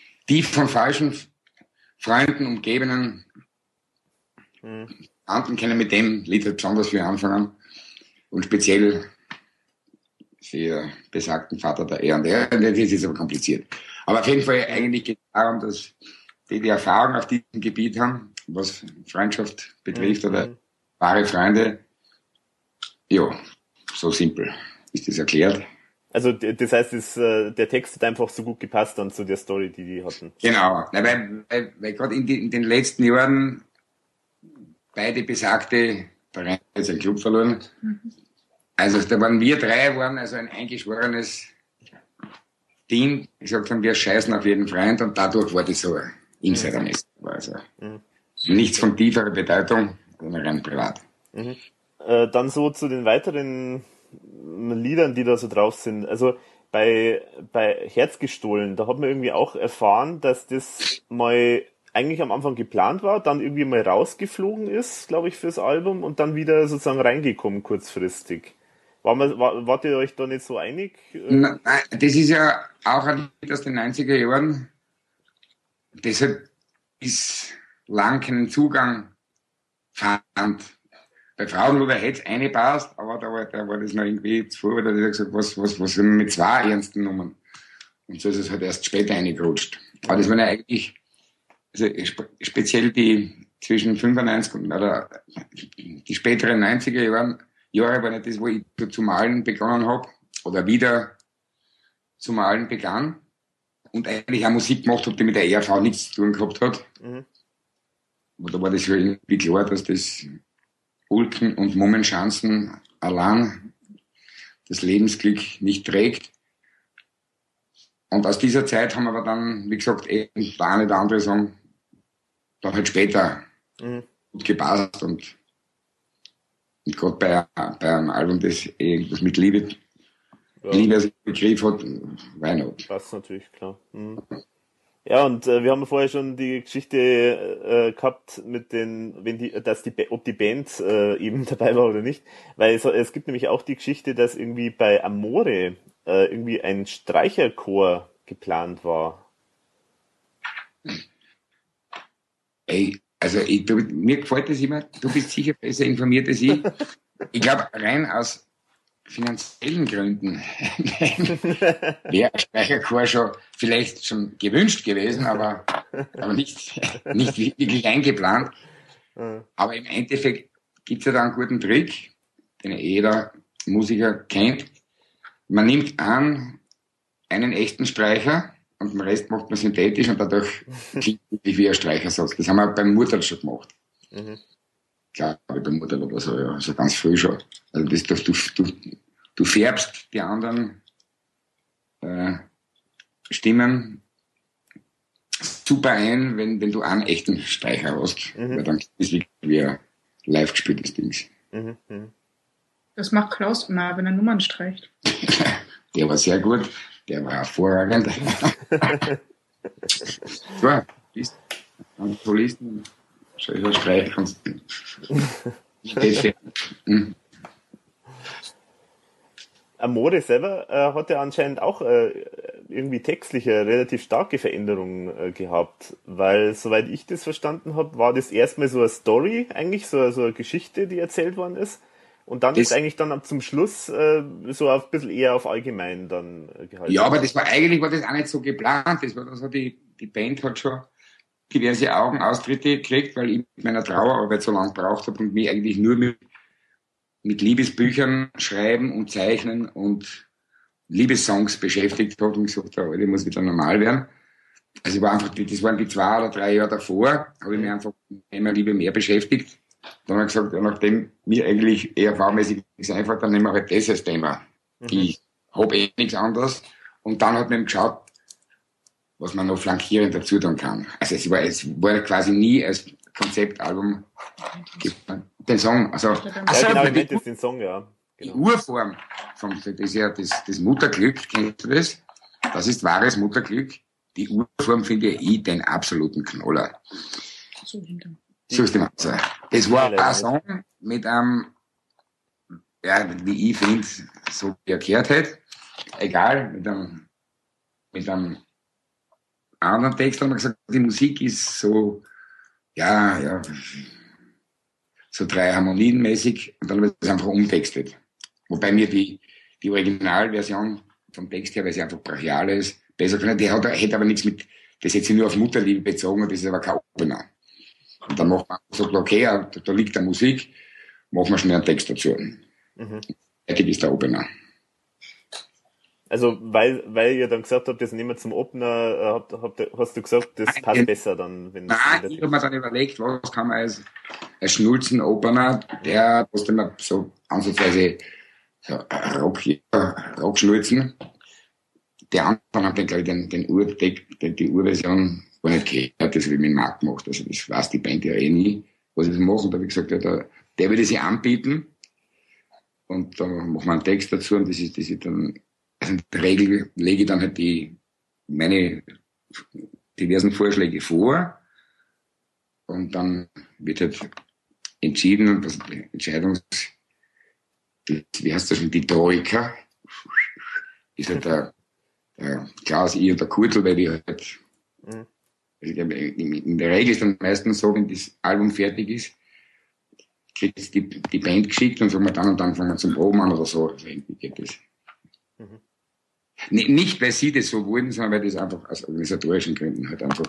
Freunden umgebenen Anden können mit dem Lied besonders viel anfangen. Und speziell für besagten Vater der R&R. Das ist aber kompliziert. Aber auf jeden Fall eigentlich geht es darum, dass die Erfahrung auf diesem Gebiet haben, was Freundschaft betrifft oder wahre Freunde. Ja, so simpel ist das erklärt. Also das heißt, der Text hat einfach so gut gepasst dann zu der Story, die hatten. Genau, weil gerade in den letzten Jahren beide besagte Vereine jetzt einen Club verloren. Also da waren wir drei, also ein eingeschworenes Team, gesagt haben, wir scheißen auf jeden Freund und dadurch war das so ein Insider-Mess. Also nichts von tieferer Bedeutung, sondern rein privat. Dann so zu den weiteren Liedern, die da so drauf sind. Also bei Herz gestohlen, da hat man irgendwie auch erfahren, dass das mal eigentlich am Anfang geplant war, dann irgendwie mal rausgeflogen ist, glaube ich, fürs Album und dann wieder sozusagen reingekommen kurzfristig. Wart ihr euch da nicht so einig? Nein, das ist ja auch ein Lied aus den 90er Jahren. Deshalb ist lang keinen Zugang fand. Bei Frauenloder hätte es eine passt, aber da war das noch irgendwie zu früh, da hat er gesagt, was sind wir mit zwei ernsten Nummern? Und so ist es halt erst später reingerutscht. Aber das waren ja eigentlich, also speziell die zwischen 95 oder die späteren 90er Jahre war nicht das, wo ich zu malen begonnen habe oder wieder zu malen begann und eigentlich auch Musik gemacht habe, die mit der ERV nichts zu tun gehabt hat. Aber da war das ja irgendwie klar, dass das Ulken und Mummenschanzen allein das Lebensglück nicht trägt. Und aus dieser Zeit haben wir aber dann, wie gesagt, der eine oder andere Song dann halt später gut gepasst und gerade bei einem Album, das irgendwas mit Liebe als Begriff hat, why not? Das natürlich, klar. Ja, und wir haben vorher schon die Geschichte gehabt mit ob die Band eben dabei war oder nicht, weil es gibt nämlich auch die Geschichte, dass irgendwie bei Amore irgendwie ein Streicherchor geplant war. Ey, also mir gefällt das immer, du bist sicher besser informiert als ich. Ich glaube, rein aus finanziellen Gründen wäre ein Streicherchor vielleicht schon gewünscht gewesen, aber nicht wirklich eingeplant. Aber im Endeffekt gibt es ja da einen guten Trick, den jeder Musiker kennt. Man nimmt an einen echten Streicher und den Rest macht man synthetisch und dadurch klingt es wie ein Streichersatz. Das haben wir beim Murtal schon gemacht. Klar, beim Murtal oder so, ja, so ganz früh schon. Also du färbst die anderen Stimmen super ein, wenn du einen echten Streicher hast. Weil dann ist es wie ein live gespieltes Ding. Das macht Klaus immer, wenn er Nummern streicht. Der war sehr gut. Der war hervorragend. So, bist ein Solisten, solcher Streich kannst du. Amore selber hat ja anscheinend auch irgendwie textliche relativ starke Veränderungen gehabt, weil soweit ich das verstanden habe, war das erstmal so eine Story, eigentlich so eine Geschichte, die erzählt worden ist. Und dann ist eigentlich dann zum Schluss so ein bisschen eher auf allgemein dann gehalten. Ja, aber eigentlich war das auch nicht so geplant. Das war dann so, die Band hat schon diverse Augenaustritte gekriegt, weil ich mit meiner Trauerarbeit so lange gebraucht habe und mich eigentlich nur mit Liebesbüchern schreiben und zeichnen und Liebessongs beschäftigt habe und gesagt habe, ich muss wieder normal werden. Also das waren die 2 oder 3 Jahre davor, habe ich mich einfach mit Thema Liebe mehr beschäftigt. Dann habe ich gesagt, ja, nachdem mir eigentlich ERV-mäßig nichts einfällt, dann nehmen wir halt das als Thema. Ich habe nichts anderes. Und dann hat man geschaut, was man noch flankierend dazu tun kann. Also es war quasi nie als Konzeptalbum den Song. Also den Song, ja. Genau. Die Urform das ist ja das Mutterglück, kennst du das? Das ist wahres Mutterglück. Die Urform finde ich den absoluten Knoller. So ist die Masse. Das war ein Song mit einem, ja, wie ich finde, so erklärt hätte. Egal, mit einem anderen Text haben wir gesagt, die Musik ist so, ja, so 3 Harmonien mäßig und dann wird es einfach umtextet. Wobei mir die Originalversion vom Text her, weil sie einfach brachial ist, besser gefallen. Die hätte aber nichts mit, das hätte sie nur auf Mutterliebe bezogen und das ist aber kein Opener. Und dann macht man so, okay, da liegt der Musik, machen wir schnell einen Text dazu. Fertig ist der Opener. Also, weil ihr dann gesagt habt, das nehmen wir zum Opener, hast du gesagt, das passt besser dann, wenn Nein, ich habe mir dann überlegt, was kann man als Schnulzen-Opener, der, was dann so ansatzweise so Rockschnulzen, die anderen haben dann, glaube ich, die Urversion gar nicht gehört, das habe ich mit dem Markt gemacht, also das weiß die Band ja eh nie, was ich machen, da habe ich gesagt, ja, der würde sich anbieten, und da machen wir einen Text dazu, und das ist dann, also in der Regel lege ich dann halt meine diversen Vorschläge vor, und dann wird halt entschieden, also die wie heißt das schon, die Troika, ist halt der Klaus, ich und der Kurtel, weil die halt, also in der Regel ist dann meistens so, wenn das Album fertig ist, kriegt die Band geschickt und sagen wir dann und dann fangen wir zum Proben an oder so, also irgendwie geht das. Mhm. Nicht, weil sie das so wollten, sondern weil das einfach aus organisatorischen Gründen halt einfach.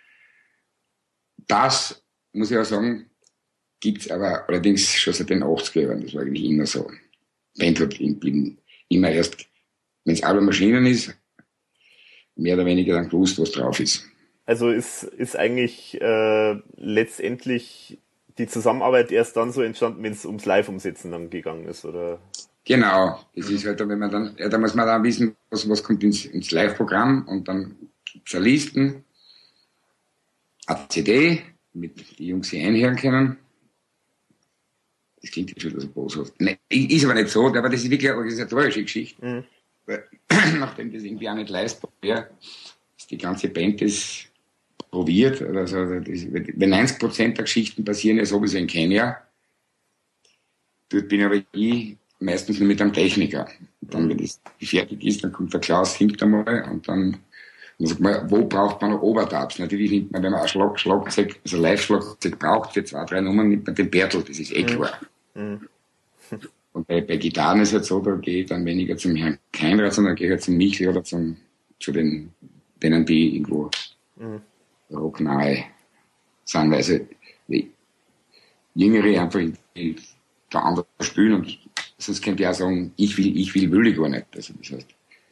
Das, muss ich auch sagen, gibt's aber allerdings schon seit den 80er Jahren, das war eigentlich immer so. Band hat immer erst, wenn das Album erschienen ist, mehr oder weniger dann gewusst, was drauf ist. Also ist eigentlich letztendlich die Zusammenarbeit erst dann so entstanden, wenn es ums Live-Umsetzen dann gegangen ist, oder? Genau, das ist halt, wenn man dann, ja, da muss man dann wissen, was kommt ins Live-Programm, und dann gibt's eine Listen, eine CD, mit die Jungs sie einhören können. Das klingt jetzt schon so boshaft. Nee, ist aber nicht so, aber das ist wirklich eine organisatorische Geschichte. Mhm. Weil, nachdem das irgendwie auch nicht leistbar wäre, ist die ganze Band das probiert. Also wenn 90% der Geschichten passieren ja sowieso in Kenia, dort bin aber ich meistens nur mit einem Techniker. Und dann, wenn das fertig ist, dann kommt der Klaus, singt einmal, und dann sagt man, wo braucht man noch Overdubs? Natürlich nimmt man, wenn man ein Schlagzeug, also Live-Schlagzeug braucht für 2, 3 Nummern, nimmt man den Bertel, das ist eh klar. Mhm. Und bei Gitarren ist es halt so, da gehe ich dann weniger zum Herrn Keinrad, sondern gehe ich halt zum Michel oder zu denen, die irgendwo rocknahe sind, weil also Jüngere einfach da andere spielen, und sonst könnte ich auch sagen, will ich gar nicht. Also das heißt,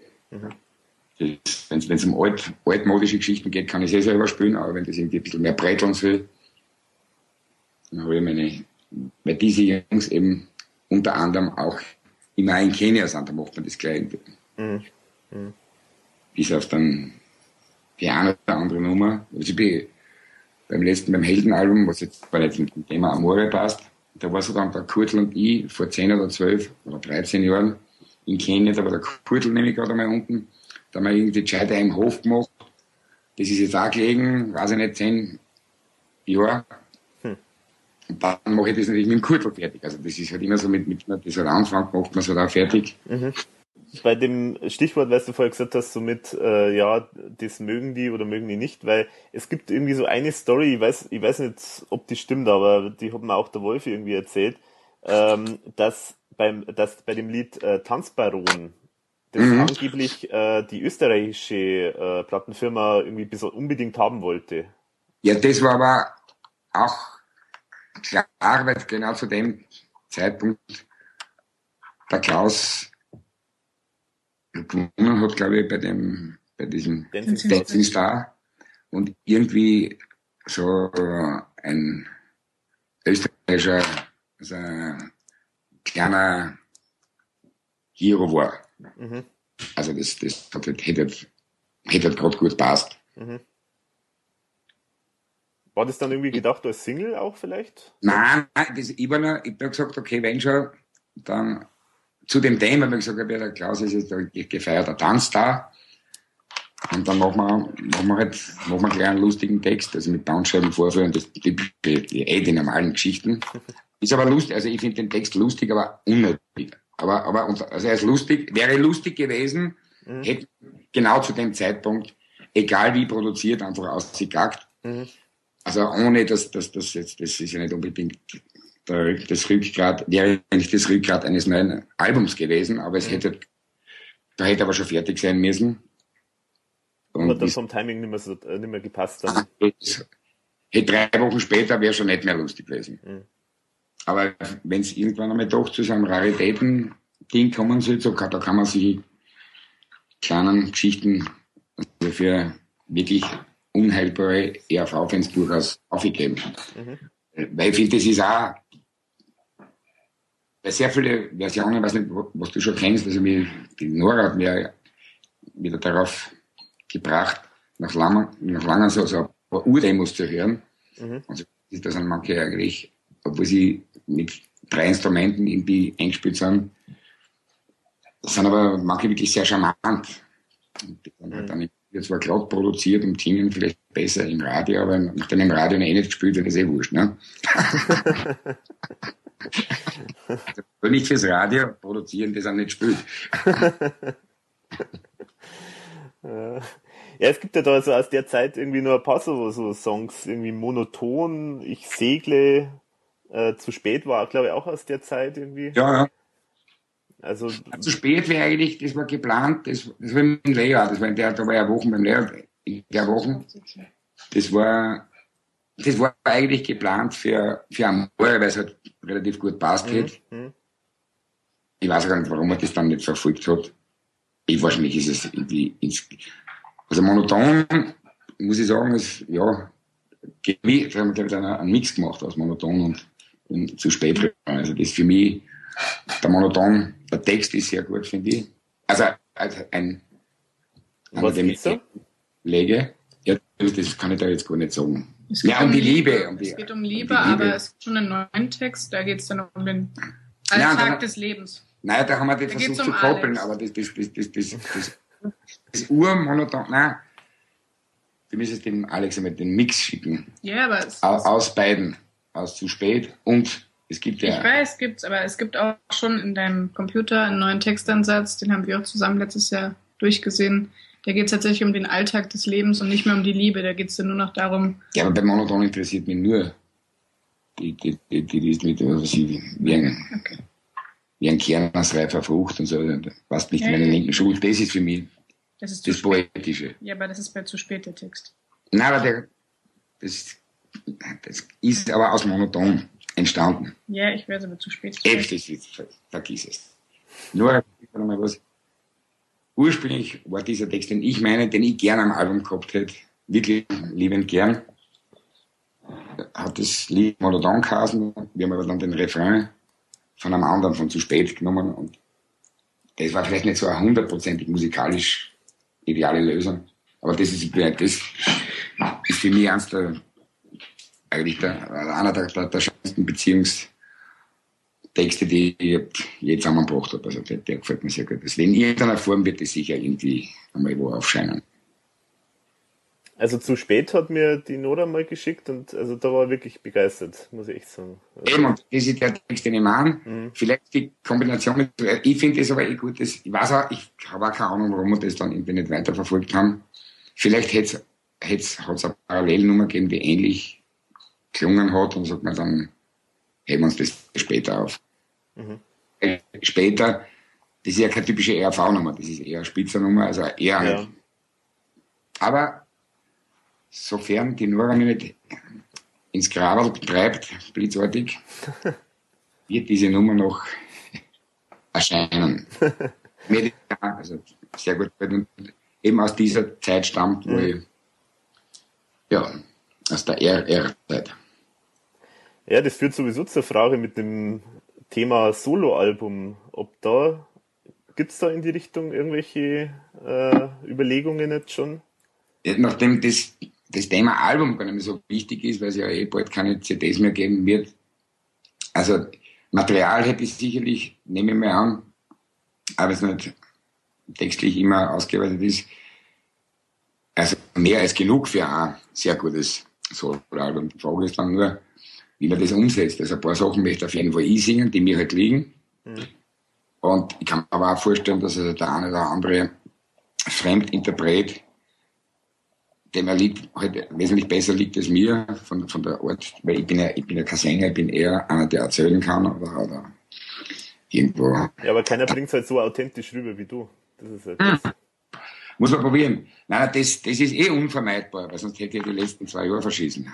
wenn es um altmodische Geschichten geht, kann ich es selber spielen, aber wenn das irgendwie ein bisschen mehr breiteln soll, dann habe ich weil diese Jungs eben unter anderem auch immer in Kenia sind, da macht man das gleich. Bis auf dann die eine oder andere Nummer. Also ich bin beim Heldenalbum, was jetzt bei dem Thema Amore passt, da war so dann der Kurtel und ich vor 10 oder 12 oder 13 Jahren in Kenia, da war der Kurtel nämlich gerade einmal unten, da haben wir irgendwie die Scheide im Hof gemacht. Das ist jetzt auch gelegen, weiß ich nicht, 10 Jahre. Und dann mache ich das natürlich mit dem Kurtel fertig. Also das ist halt immer so, mit das halt Anfang macht man es halt auch fertig. Mhm. Bei dem Stichwort, was du vorher gesagt hast, so mit, ja, das mögen die oder mögen die nicht, weil es gibt irgendwie so eine Story, ich weiß nicht, ob die stimmt, aber die hat mir auch der Wolf irgendwie erzählt, dass bei dem Lied Tanzbaron, das angeblich die österreichische Plattenfirma irgendwie unbedingt haben wollte. Ja, das war aber auch klar, weil genau zu dem Zeitpunkt der Klaus gewonnen hat, glaube ich, bei diesem Dancing Star, und irgendwie so ein österreichischer, also ein kleiner Hero war. Mhm. Also das hätte gerade gut passt. Mhm. War das dann irgendwie gedacht als Single auch vielleicht? Nein, ich habe gesagt, okay, wenn schon, dann zu dem Thema habe ich gesagt, der Klaus ist jetzt ein gefeierter Tanzstar. Und dann machen wir gleich einen lustigen Text, also mit Bounce-Scheiben vorführen, die normalen Geschichten. Ist aber lustig, also ich finde den Text lustig, aber unnötig. Also er ist lustig, wäre lustig gewesen, hätte genau zu dem Zeitpunkt, egal wie produziert, einfach ausgekackt. Mhm. Also ohne, dass das jetzt, das ist ja nicht unbedingt das Rückgrat, wäre nicht das Rückgrat eines neuen Albums gewesen, aber da hätte aber schon fertig sein müssen. Und hat dann vom Timing nicht mehr gepasst dann. Hätte 3 Wochen später, wäre schon nicht mehr lustig gewesen. Mhm. Aber wenn es irgendwann einmal doch zu so einem Raritäten-Ding kommen soll, da kann man sich kleinen Geschichten also für wirklich unheilbare ERV-Fans durchaus aufgegeben. Weil ich finde, das ist auch bei sehr vielen Versionen, ich weiß nicht, was du schon kennst, also die Nora hat mir wieder darauf gebracht, nach langen so ein paar Urdemos zu hören. Also da sind manche eigentlich, obwohl sie mit 3 Instrumenten irgendwie eingespielt sind aber manche wirklich sehr charmant. Und die sind halt dann zwar glatt produziert und klingen vielleicht besser im Radio, aber nachdem im Radio noch nicht gespielt wird, ist wurscht, ne? Also nicht fürs Radio produzieren, das auch nicht spielt. Ja, es gibt ja da so aus der Zeit irgendwie nur ein paar so Songs, irgendwie Monoton, Ich segle, zu spät war, glaube ich, auch aus der Zeit irgendwie. Ja. Also zu spät wäre eigentlich, das war geplant, das war mit dem Lehrer, da war ja Wochen beim Lehrer, in der Woche. Das war eigentlich geplant für Amore, weil es halt relativ gut passt hat. Ich weiß gar nicht, warum man das dann nicht verfolgt hat. Wahrscheinlich ist es irgendwie also Monoton, muss ich sagen, ist, ja, da haben wir, glaube ich, einen Mix gemacht aus Monoton und zu spät. Also das für mich, der Monoton, der Text ist sehr gut, finde ich. Also ein was dem ist so? Lege. Ja, das kann ich da jetzt gar nicht sagen. Ja, um die Liebe. Es geht um Liebe, aber es gibt schon einen neuen Text, da geht es dann um den Alltag des Lebens. Nein, da haben wir das versucht zu koppeln, aber das Urmonoton, nein. Du müsstest dem Alex einmal den Mix schicken. Ja, aber aus beiden. Aus zu spät und es gibt ja. Ich weiß, aber es gibt auch schon in deinem Computer einen neuen Textansatz, den haben wir auch zusammen letztes Jahr durchgesehen. Da geht es tatsächlich um den Alltag des Lebens und nicht mehr um die Liebe. Da geht es dann nur noch darum. Ja, aber bei Monoton interessiert mich nur die ist mit, was ich, wie ein Kern aus reifer Frucht und so. Passt nicht in meiner linken Schule. Das ist für mich das Poetische. Ja, aber das ist bei zu spät der Text. Nein, aber das ist aber aus Monoton entstanden. Ja, ich weiß, aber zu spät. Vergiss es. Nur mal was. Ursprünglich war dieser Text, den ich gerne am Album gehabt hätte, wirklich liebend gern, hat das Lied Monoton geheißen. Wir haben aber dann den Refrain von einem anderen, von zu spät genommen und das war vielleicht nicht so eine 100% musikalisch ideale Lösung, aber das ist für mich einer der schönsten Beziehungstexte, die ich je zusammengebracht habe. Also der gefällt mir sehr gut. Deswegen in irgendeiner Form wird das sicher irgendwie einmal wo aufscheinen. Also zu spät hat mir die Nora mal geschickt und also da war ich wirklich begeistert, muss ich echt sagen. Also eben, und das ist der Text, den ich meine. Vielleicht die Kombination mit, ich finde das aber gut, ich habe auch keine Ahnung, warum wir das dann irgendwie nicht weiterverfolgt haben. Vielleicht hat es eine Parallelnummer gegeben, die ähnlich gelungen hat und sagt man dann, heben wir uns das später auf. Später, das ist ja keine typische ERV-Nummer, das ist eher eine Spitzernummer, also eher halt. Aber sofern die Nora mich nicht ins Gravel treibt, blitzartig, wird diese Nummer noch erscheinen. Also sehr gut, und eben aus dieser Zeit stammt, wo ich, aus der RR-Zeit. Ja, das führt sowieso zur Frage mit dem Thema Soloalbum. Gibt's da in die Richtung irgendwelche Überlegungen jetzt schon? Ja, nachdem das Thema Album gar nicht mehr so wichtig ist, weil es ja bald keine CDs mehr geben wird. Also Material hätte ich sicherlich, nehme ich mal an, aber es nicht textlich immer ausgearbeitet ist. Also mehr als genug für ein sehr gutes Soloalbum. Die Frage ist dann nur, wie man das umsetzt. Also ein paar Sachen möchte auf jeden Fall ich singen, die mir halt liegen. Und ich kann mir aber auch vorstellen, dass also der eine oder andere Fremdinterpret, dem er liegt, halt wesentlich besser liegt als mir von der Art, weil ich bin ja kein Sänger, ich bin eher einer, der erzählen kann oder irgendwo. Ja, aber keiner bringt es halt so authentisch rüber wie du. Das ist halt das. Muss man probieren. Nein, das ist unvermeidbar, weil sonst hätte ich die letzten 2 Jahre verschissen.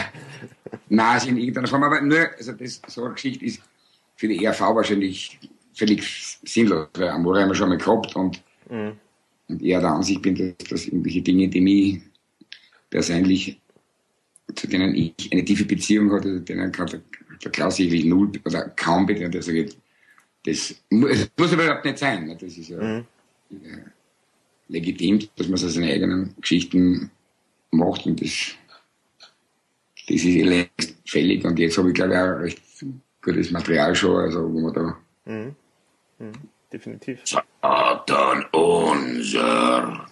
Nein, also in irgendeiner Form, aber nur, also so eine Geschichte ist für die ERV wahrscheinlich völlig sinnlos, weil Amore haben wir schon mal gehabt und eher der Ansicht bin, dass irgendwelche Dinge, die mich persönlich, zu denen ich eine tiefe Beziehung hatte, denen kann der Klaus wirklich null oder kaum bitte, das muss überhaupt nicht sein. Das ist ja legitim, dass man so seine eigenen Geschichten macht und das ist längst fällig und jetzt habe ich glaube ich auch recht gutes Material schon, also wo man da definitiv. Satan unser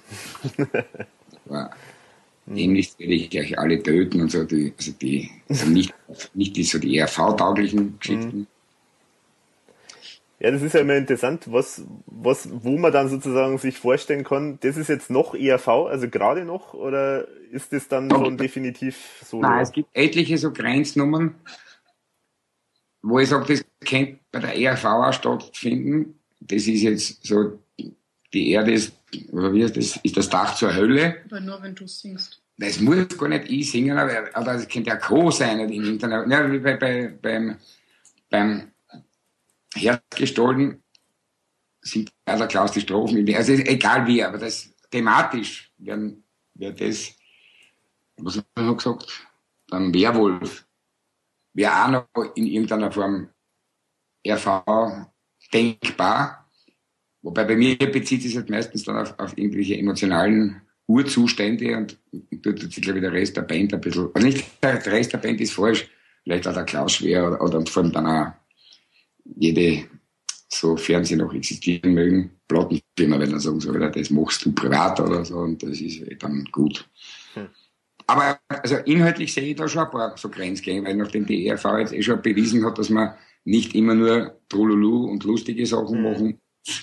demnächst werde ich euch alle töten und so, also nicht so die ERV-tauglichen Geschichten. Ja, das ist ja immer interessant, wo man dann sozusagen sich vorstellen kann, das ist jetzt noch ERV, also gerade noch, oder ist das dann schon definitiv so? Nein, es gibt etliche so Grenznummern, wo ich sage, das könnte bei der ERV auch stattfinden. Das ist jetzt so, die Erde ist, oder wie heißt das, ist das Dach zur Hölle. Aber nur wenn du singst. Das muss gar nicht ich singen, aber es könnte ja Co. sein, im Internet. Ja, wie beim Herzgestohlen sind der Klaus die Strophen, also egal wie, aber das thematisch wäre das, was haben wir noch gesagt, dann Werwolf, wäre auch noch in irgendeiner Form RV denkbar, wobei bei mir bezieht sich halt meistens dann auf irgendwelche emotionalen Urzustände und tut sich glaube ich der Rest der Band ein bisschen, also nicht der Rest der Band ist falsch, vielleicht auch der Klaus schwer oder vor allem dann auch jede, sofern sie noch existieren mögen, Plattenfirma, wenn er sagen soll, das machst du privat oder so und das ist dann gut. Aber also inhaltlich sehe ich da schon ein paar so Grenzgänge, weil nachdem die ERV jetzt schon bewiesen hat, dass man nicht immer nur Trululu und lustige Sachen machen,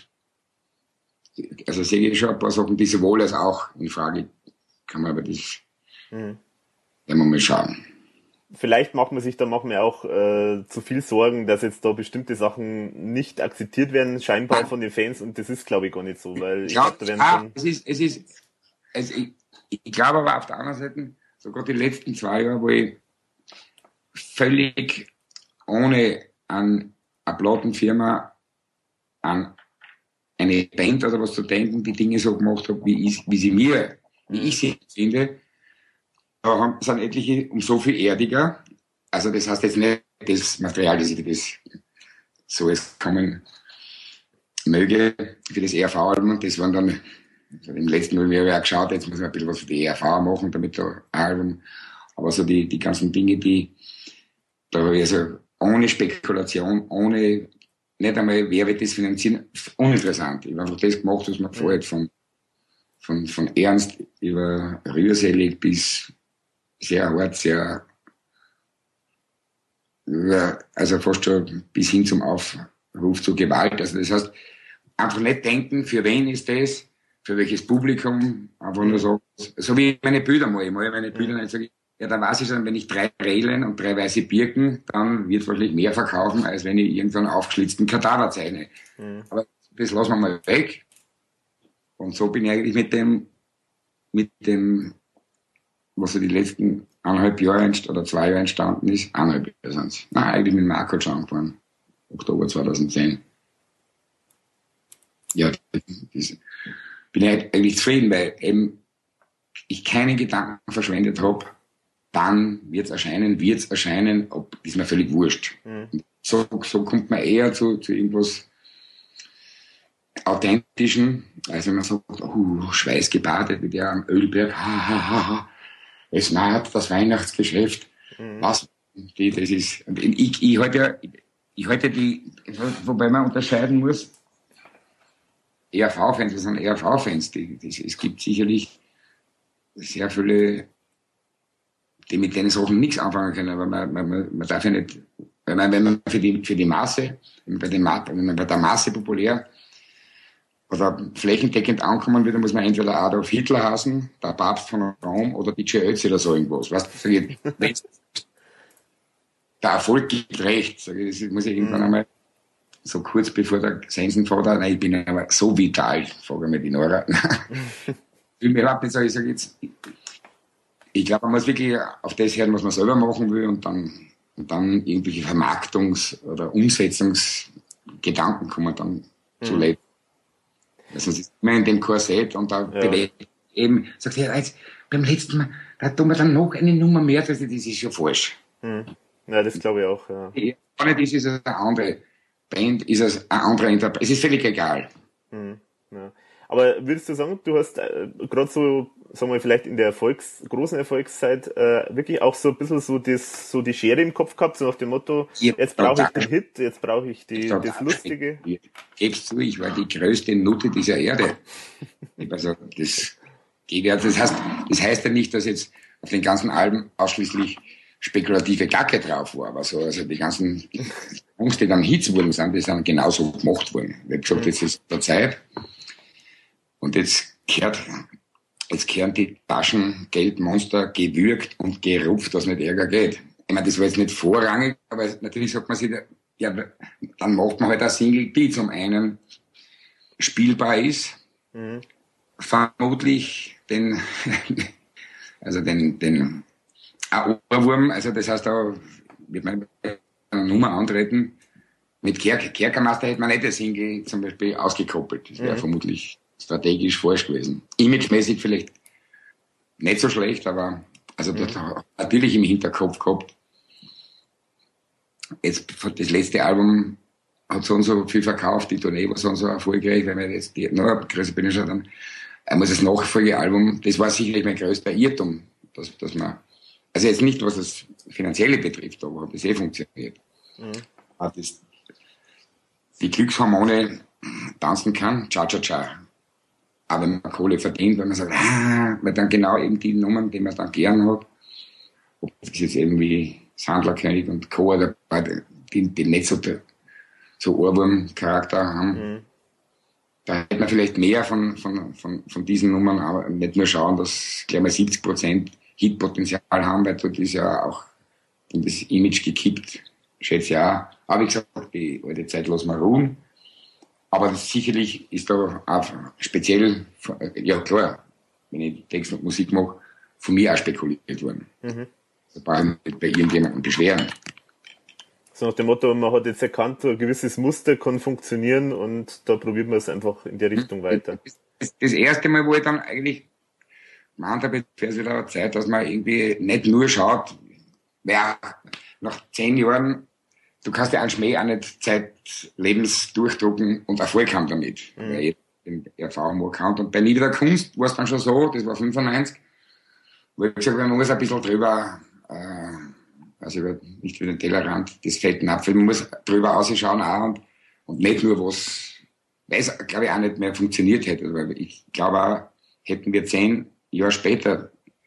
also sehe ich schon ein paar Sachen, die sowohl als auch in Frage kann man aber das werden wir mal schauen. Vielleicht macht man ja auch zu viel Sorgen, dass jetzt da bestimmte Sachen nicht akzeptiert werden, scheinbar von den Fans, und das ist, glaube ich, gar nicht so, weil ich glaube, da werden schon... Ich glaube aber auf der anderen Seite, sogar die letzten 2 Jahre, wo ich völlig ohne an eine Plattenfirma, an eine Band oder was zu denken, die Dinge so gemacht habe, wie ich sie finde, da sind etliche um so viel erdiger. Also das heißt jetzt nicht das Material, das so es kommen möge für das ERV-Album. Das waren dann, also im letzten Mal habe ich auch geschaut, jetzt muss man ein bisschen was für die ERV machen, damit da Album. Aber so die ganzen Dinge, da habe ich also ohne Spekulation, ohne, nicht einmal, wer wird das finanzieren, uninteressant. Ich habe einfach das gemacht, was mir gefällt, von ernst über rührselig bis sehr hart, sehr, also fast schon bis hin zum Aufruf zur Gewalt. Also das heißt, einfach nicht denken, für wen ist das, für welches Publikum, einfach nur so wie meine Bilder mal. Ich mal meine Bilder nicht sage, ja, dann weiß ich schon, wenn ich 3 Rehlen und 3 weiße Birken, dann wird es wahrscheinlich mehr verkaufen, als wenn ich irgendeinen aufgeschlitzten Kadaver zeichne. Aber das lassen wir mal weg. Und so bin ich eigentlich mit dem, was so die letzten 1,5 Jahre oder 2 Jahre entstanden ist, 1,5 Jahre sind es. Nein, eigentlich mit Marco schon angefangen. Oktober 2010. Ja, bin ich eigentlich zufrieden, weil eben ich keinen Gedanken verschwendet habe, dann wird's erscheinen, ist mir völlig wurscht. So kommt man eher zu irgendwas Authentischen, als wenn man sagt, schweißgebadet wie der am Ölberg, es naht das Weihnachtsgeschäft, was, das ist, und ich halte die, wobei man unterscheiden muss, ERV-Fans, das sind ERV-Fans, es gibt sicherlich sehr viele, die mit den Sachen nichts anfangen können, aber man darf ja nicht, wenn man für die Masse, wenn man bei der Masse populär oder flächendeckend ankommen will, dann muss man entweder Adolf Hitler hassen, der Papst von Rom oder DJ Ötzi oder so irgendwas. Weißt du, der Erfolg gibt recht. Das muss ich irgendwann einmal, so kurz bevor der Sensenvater, nein, ich bin aber so vital, frage mich die Nora. Ich will mir überhaupt nicht sagen, ich sage jetzt, ich glaube, man muss wirklich auf das hören, was man selber machen will und dann irgendwelche Vermarktungs- oder Umsetzungsgeschichten Gedanken kommen dann zu leben. Also es ist immer in dem Korsett und da bewegt eben, sagt er, jetzt beim letzten Mal, da tun wir dann noch eine Nummer mehr, das ist schon falsch. Ja, das glaube ich auch, ja. Nicht ist es eine andere Band, ist es ein anderer Interpret, es ist völlig egal. Ja. Aber würdest du sagen, du hast gerade so, sagen wir vielleicht in der großen Erfolgszeit wirklich auch so ein bisschen so die Schere im Kopf gehabt, so nach dem Motto, jetzt brauche ich den Hit, jetzt brauche ich das Lustige. Geb's zu, ich war die größte Nutte dieser Erde. Also das heißt ja nicht, dass jetzt auf den ganzen Alben ausschließlich spekulative Gacke drauf war, aber so, also die ganzen Songs, die dann Hits wurden, die sind genauso gemacht worden. Ich habe gesagt, jetzt ist der Zeit. Und jetzt kehren die Taschengeldmonster gewürgt und gerupft, dass nicht Ärger geht. Ich meine, das war jetzt nicht vorrangig, aber natürlich sagt man sich, ja, dann macht man halt eine Single, die zum einen spielbar ist, vermutlich den Ohrwurm, also das heißt, da wird man eine Nummer antreten. Mit Kerkermaster hätte man nicht eine Single zum Beispiel ausgekoppelt. Das wäre vermutlich strategisch falsch gewesen. Imagemäßig vielleicht nicht so schlecht, aber also das natürlich im Hinterkopf gehabt. Jetzt das letzte Album hat so und so viel verkauft, die Tournee war so und so erfolgreich, weil wir jetzt noch eine größere Bühne schon dann muss das Nachfolgealbum, das war sicherlich mein größter Irrtum, dass man, also jetzt nicht, was das Finanzielle betrifft, aber hat das funktioniert. Aber die Glückshormone tanzen kann, Cha-Cha-Cha. Aber wenn man Kohle verdient, wenn man sagt, weil dann genau eben die Nummern, die man dann gern hat, ob das jetzt irgendwie Sandlerkönig und Co., die nicht so Ohrwurm-Charakter haben, da hätte man vielleicht mehr von diesen Nummern, aber nicht nur schauen, dass gleich mal 70% Hitpotenzial haben, weil dort ist ja auch das Image gekippt, schätze ich auch. Aber wie gesagt, die alte Zeit lassen wir ruhen. Aber sicherlich ist da auch speziell, ja klar, wenn ich Text und Musik mache, von mir auch spekuliert worden. Da brauche ich mich nicht bei irgendjemandem beschweren. So nach dem Motto, man hat jetzt erkannt, ein gewisses Muster kann funktionieren und da probiert man es einfach in die Richtung weiter. Das erste Mal, wo ich dann eigentlich meinte, wäre es wieder eine Zeit, dass man irgendwie nicht nur schaut, wer nach 10 Jahren, du kannst ja einen Schmäh auch nicht zeitlebens durchdrucken und Erfolg haben damit. Weil ich den Erfahrung mal gekannt. Und bei Nie wieder Kunst war es dann schon so, das war 95, wo ich gesagt habe, man muss ein bisschen drüber, also nicht über den Tellerrand des fetten Apfel, man muss drüber ausschauen auch und nicht nur was, weil es, glaube ich, auch nicht mehr funktioniert hätte. Weil ich glaube auch, hätten wir 10 Jahre später,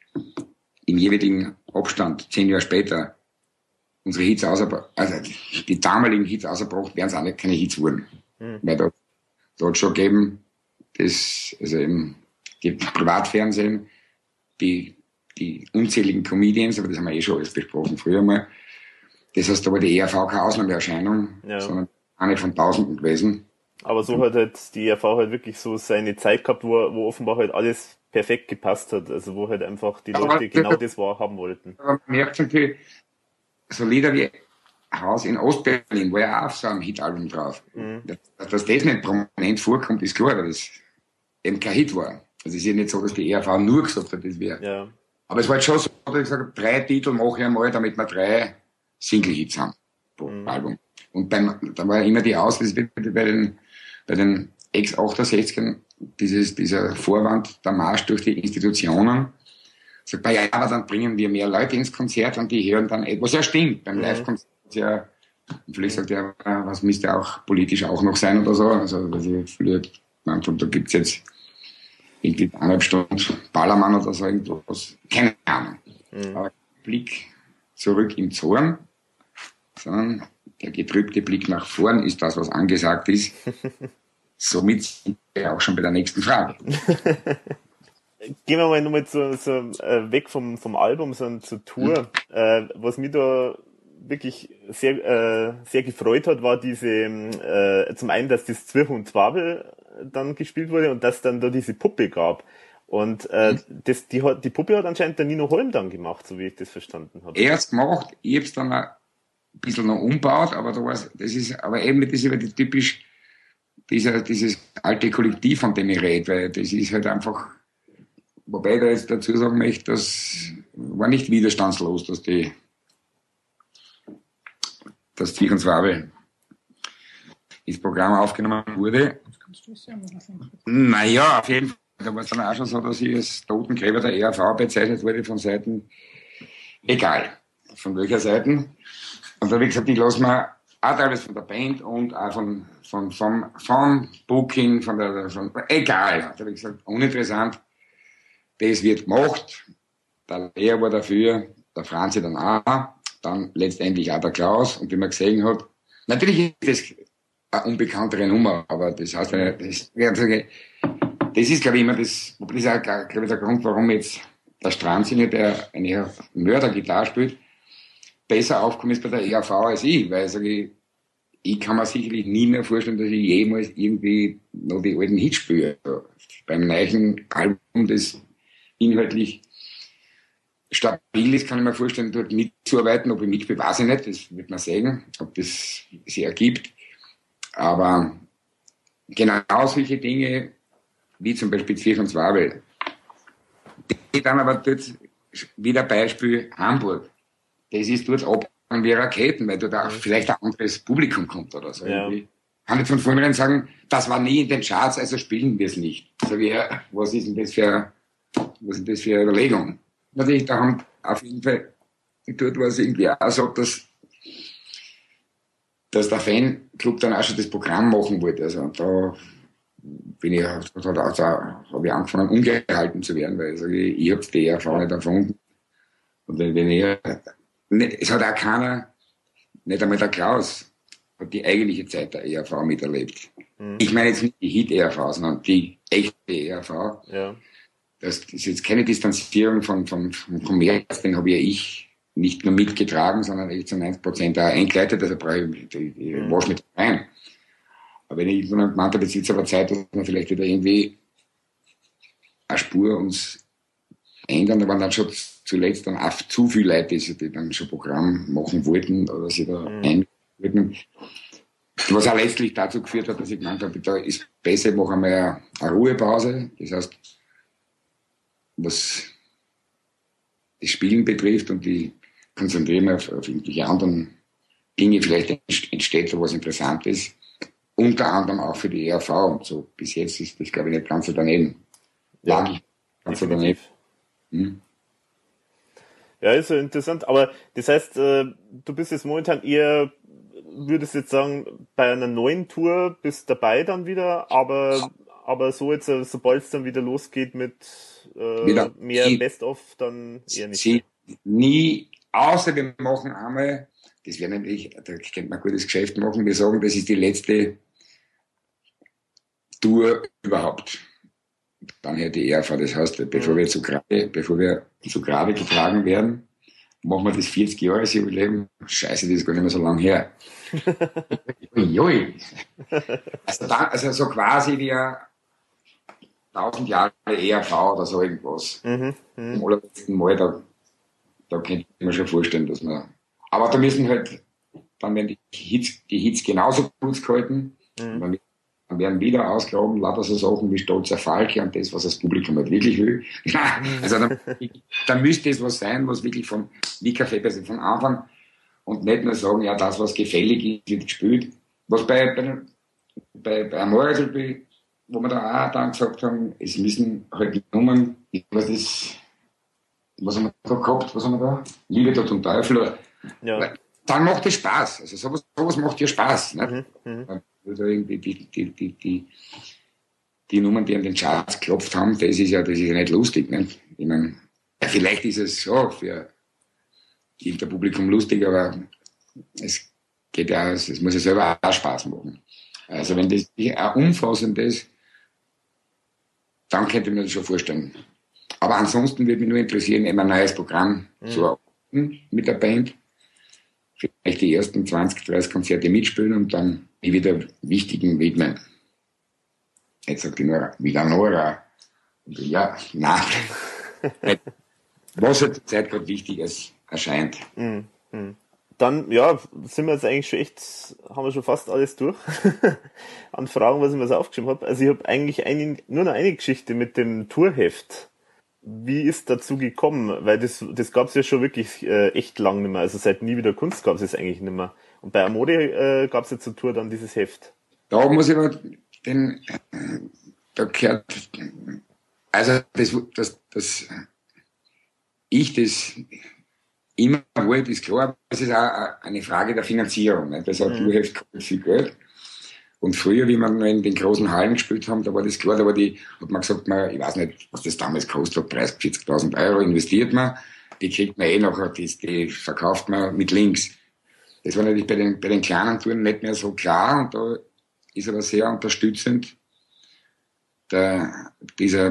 im jeweiligen Abstand, 10 Jahre später, unsere Hits ausgebracht, also die damaligen Hits ausgebracht, wären es auch nicht keine Hits geworden. Weil da hat schon gegeben, das, also im Privatfernsehen, die unzähligen Comedians, aber das haben wir schon alles besprochen früher mal. Das heißt, da war die ERV keine Ausnahmeerscheinung, sondern eine von Tausenden gewesen. Aber so hat halt die ERV halt wirklich so seine Zeit gehabt, wo offenbar halt alles perfekt gepasst hat. Also wo halt einfach die Leute genau das haben wollten. Aber man merkt natürlich, so Lieder wie Haus in Ostberlin war ja auch auf so einem Hitalbum drauf. Dass das nicht prominent vorkommt, ist klar, weil das eben kein Hit war. Also es ist ja nicht so, dass die ERV nur gesagt hat, das wäre. Ja. Aber es war jetzt schon so, dass ich gesagt habe, 3 Titel mache ich einmal, damit wir 3 Single-Hits haben pro Album. Und da war ja immer die Auslese bei den Ex-68ern, dieser Vorwand, der Marsch durch die Institutionen. Sagt man, ja, aber dann bringen wir mehr Leute ins Konzert und die hören dann etwas. Ja, stimmt. Beim Live-Konzert, ja, vielleicht sagt er, was müsste auch politisch auch noch sein oder so. Also, weil ich früher gemeint habe, da gibt's jetzt irgendwie 1,5 Stunden Ballermann oder so irgendwas. Keine Ahnung. Aber Blick zurück im Zorn, sondern der getrübte Blick nach vorn ist das, was angesagt ist. Somit sind wir auch schon bei der nächsten Frage. Gehen wir mal nochmal weg vom Album, sondern zur Tour. Was mich da wirklich sehr gefreut hat, war zum einen, dass das Zwirch und Zwabel dann gespielt wurde und dass dann da diese Puppe gab. Und die Puppe hat anscheinend der Nino Holm dann gemacht, so wie ich das verstanden habe. Er hat's gemacht, ich hab's dann ein bisschen noch umbaut, aber das ist aber eben nicht das über die typisch dieses alte Kollektiv, von dem ich rede, weil das ist halt einfach, wobei ich da jetzt dazu sagen möchte, das war nicht widerstandslos, dass Viech und Zwiebel ins Programm aufgenommen wurde. Naja, auf jeden Fall. Da war es dann auch schon so, dass ich als Totengräber der ERV bezeichnet wurde von Seiten, egal, von welcher Seite. Und da habe ich gesagt, ich lasse mir auch teilweise von der Band und auch vom Booking, egal. Da habe ich gesagt, uninteressant, das wird gemacht. Der Lehrer war dafür, der Franzi dann auch, dann letztendlich auch der Klaus. Und wie man gesehen hat, natürlich ist das eine unbekanntere Nummer, aber das heißt, das ist, glaube ich, immer das ist auch, glaube ich, der Grund, warum jetzt der Strandzinger, der eine Mördergitarre spielt, besser aufgekommen ist bei der ERV als ich, weil ich kann mir sicherlich nie mehr vorstellen, dass ich jemals irgendwie noch die alten Hits spiele. Also beim neuen Album, das inhaltlich stabil ist, kann ich mir vorstellen, dort mitzuarbeiten. Ob ich mitspiele, weiß ich nicht, das wird man sehen, ob das sich ergibt. Aber genau solche Dinge, wie zum Beispiel Viech und Zwiebel, die dann aber dort, wieder Beispiel Hamburg, das ist dort abgegangen wie Raketen, weil dort auch vielleicht ein anderes Publikum kommt oder so. Ja. Ich kann nicht von vornherein sagen, das war nie in den Charts, also spielen wir es nicht. Sag ich, ja, was ist denn das für eine Überlegung? Natürlich, da haben auf jeden Fall, dort war es irgendwie auch so, dass der Fanclub dann auch schon das Programm machen wollte. Also da habe ich angefangen, ungehalten zu werden, weil ich habe die ERV nicht erfunden. Und es hat auch keiner, nicht einmal der Klaus, hat die eigentliche Zeit der ERV miterlebt. Mhm. Ich meine jetzt nicht die Hit-ERV, sondern die echte ERV. Ja. Das ist jetzt keine Distanzierung vom Kommerz, den habe ja ich nicht nur mitgetragen, sondern echt zu 90% auch eingleitet, also brauche ich wasch mit rein. Aber wenn ich gemeint habe, jetzt ist aber Zeit, dass wir vielleicht wieder irgendwie eine Spur uns ändern, da waren dann schon zuletzt dann auch zu viele Leute, die dann schon Programm machen wollten oder sich da eingeführt wollten. Was auch letztlich dazu geführt hat, dass ich gemeint habe, da ist besser, ich mache einmal eine Ruhepause. Das heißt, was das Spielen betrifft und die konzentrieren auf irgendwelche anderen Dinge, vielleicht entsteht so was Interessantes. Unter anderem auch für die ERV und so. Bis jetzt ist das, glaube ich, nicht ganz so daneben. Ja, ganz so daneben. Ja, ist ja interessant. Aber das heißt, du bist jetzt momentan eher, würdest jetzt sagen, bei einer neuen Tour bist dabei dann wieder, aber so jetzt, sobald es dann wieder losgeht mit mehr Best-of, dann eher nicht. Nie, außer wir machen einmal, das wäre nämlich, da könnte man ein gutes Geschäft machen, wir sagen, das ist die letzte Tour überhaupt. Dann hätte die ERV, das heißt, bevor wir zu Grabe getragen werden, machen wir das 40-Jahres-Jubiläum. Scheiße, das ist gar nicht mehr so lang her. Also so quasi wie 1000 Jahre ERV oder so irgendwas. Im allerletzten Mal, da könnte ich mir schon vorstellen, dass wir. Aber da müssen halt, dann werden die Hits genauso gut gehalten. Dann werden wieder ausgraben, lauter so Sachen wie Stolzer Falke und das, was das Publikum halt wirklich will. Also dann müsste es was sein, was wirklich wie Kaffeepreis von Anfang und nicht nur sagen, ja, das, was gefällig ist, wird gespielt. Was bei Amore zum Beispiel, wo wir da auch dann gesagt haben, es müssen halt Nummern, was haben wir da gehabt, was haben wir da? Liebe, Tod und Teufel. Ja. Dann macht es Spaß. Also sowas macht ja Spaß. Ne? Also irgendwie die Nummern, die an den Charts geklopft haben, das ist ja nicht lustig. Ne? Ich meine, vielleicht ist es so für das Publikum lustig, aber es geht ja, es muss ja selber auch Spaß machen. Also wenn das auch umfassend ist, dann könnte ich mir das schon vorstellen. Aber ansonsten würde mich nur interessieren, eben ein neues Programm zu erarbeiten mit der Band. Vielleicht die ersten 20, 30 Konzerte mitspielen und dann wieder wichtigen widmen. Jetzt sagt die Nora, wieder Nora. Und ja, nein. Was halt zur Zeit gerade Wichtiges erscheint. Dann, ja, sind wir jetzt eigentlich schon echt, haben wir schon fast alles durch an Fragen, was ich mir so aufgeschrieben habe. Also ich habe eigentlich nur noch eine Geschichte mit dem Tourheft. Wie ist dazu gekommen? Weil das gab es ja schon wirklich echt lang nicht mehr. Also seit Nie wieder Kunst gab es es eigentlich nicht mehr. Und bei Amore gab es ja zur Tour dann dieses Heft. Da muss ich aber da gehört, also dass ich das immer wollte, ist klar, aber es ist auch eine Frage der Finanzierung. Nicht? Das hat Tourheft kostet viel Geld. Und früher, wie wir noch in den großen Hallen gespielt haben, da war das klar, hat man gesagt, ich weiß nicht, was das damals kostet hat, 30.000, 40.000 Euro investiert man, die kriegt man nachher, die verkauft man mit Links. Das war natürlich bei den kleinen Touren nicht mehr so klar, und da ist aber sehr unterstützend dieser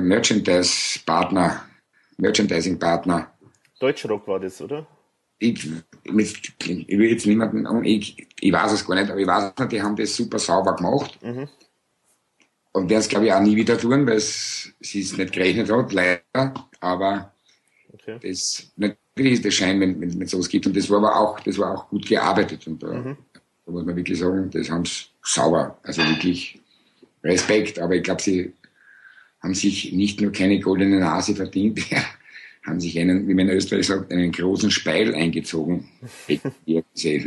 Merchandising-Partner. Deutschrock war das, oder? Ich will jetzt niemanden, ich weiß es gar nicht, aber ich weiß nicht, die haben das super sauber gemacht. Mhm. Und werden es, glaube ich, auch nie wieder tun, weil sie es nicht gerechnet hat, leider. Aber okay. Natürlich ist das Schein, wenn es sowas gibt. Und das war auch gut gearbeitet. Und da muss man wirklich sagen, das haben sie sauber. Also wirklich Respekt. Aber ich glaube, sie haben sich nicht nur keine goldene Nase verdient, haben sich wie man in Österreich sagt, einen großen Speil eingezogen. Gesehen.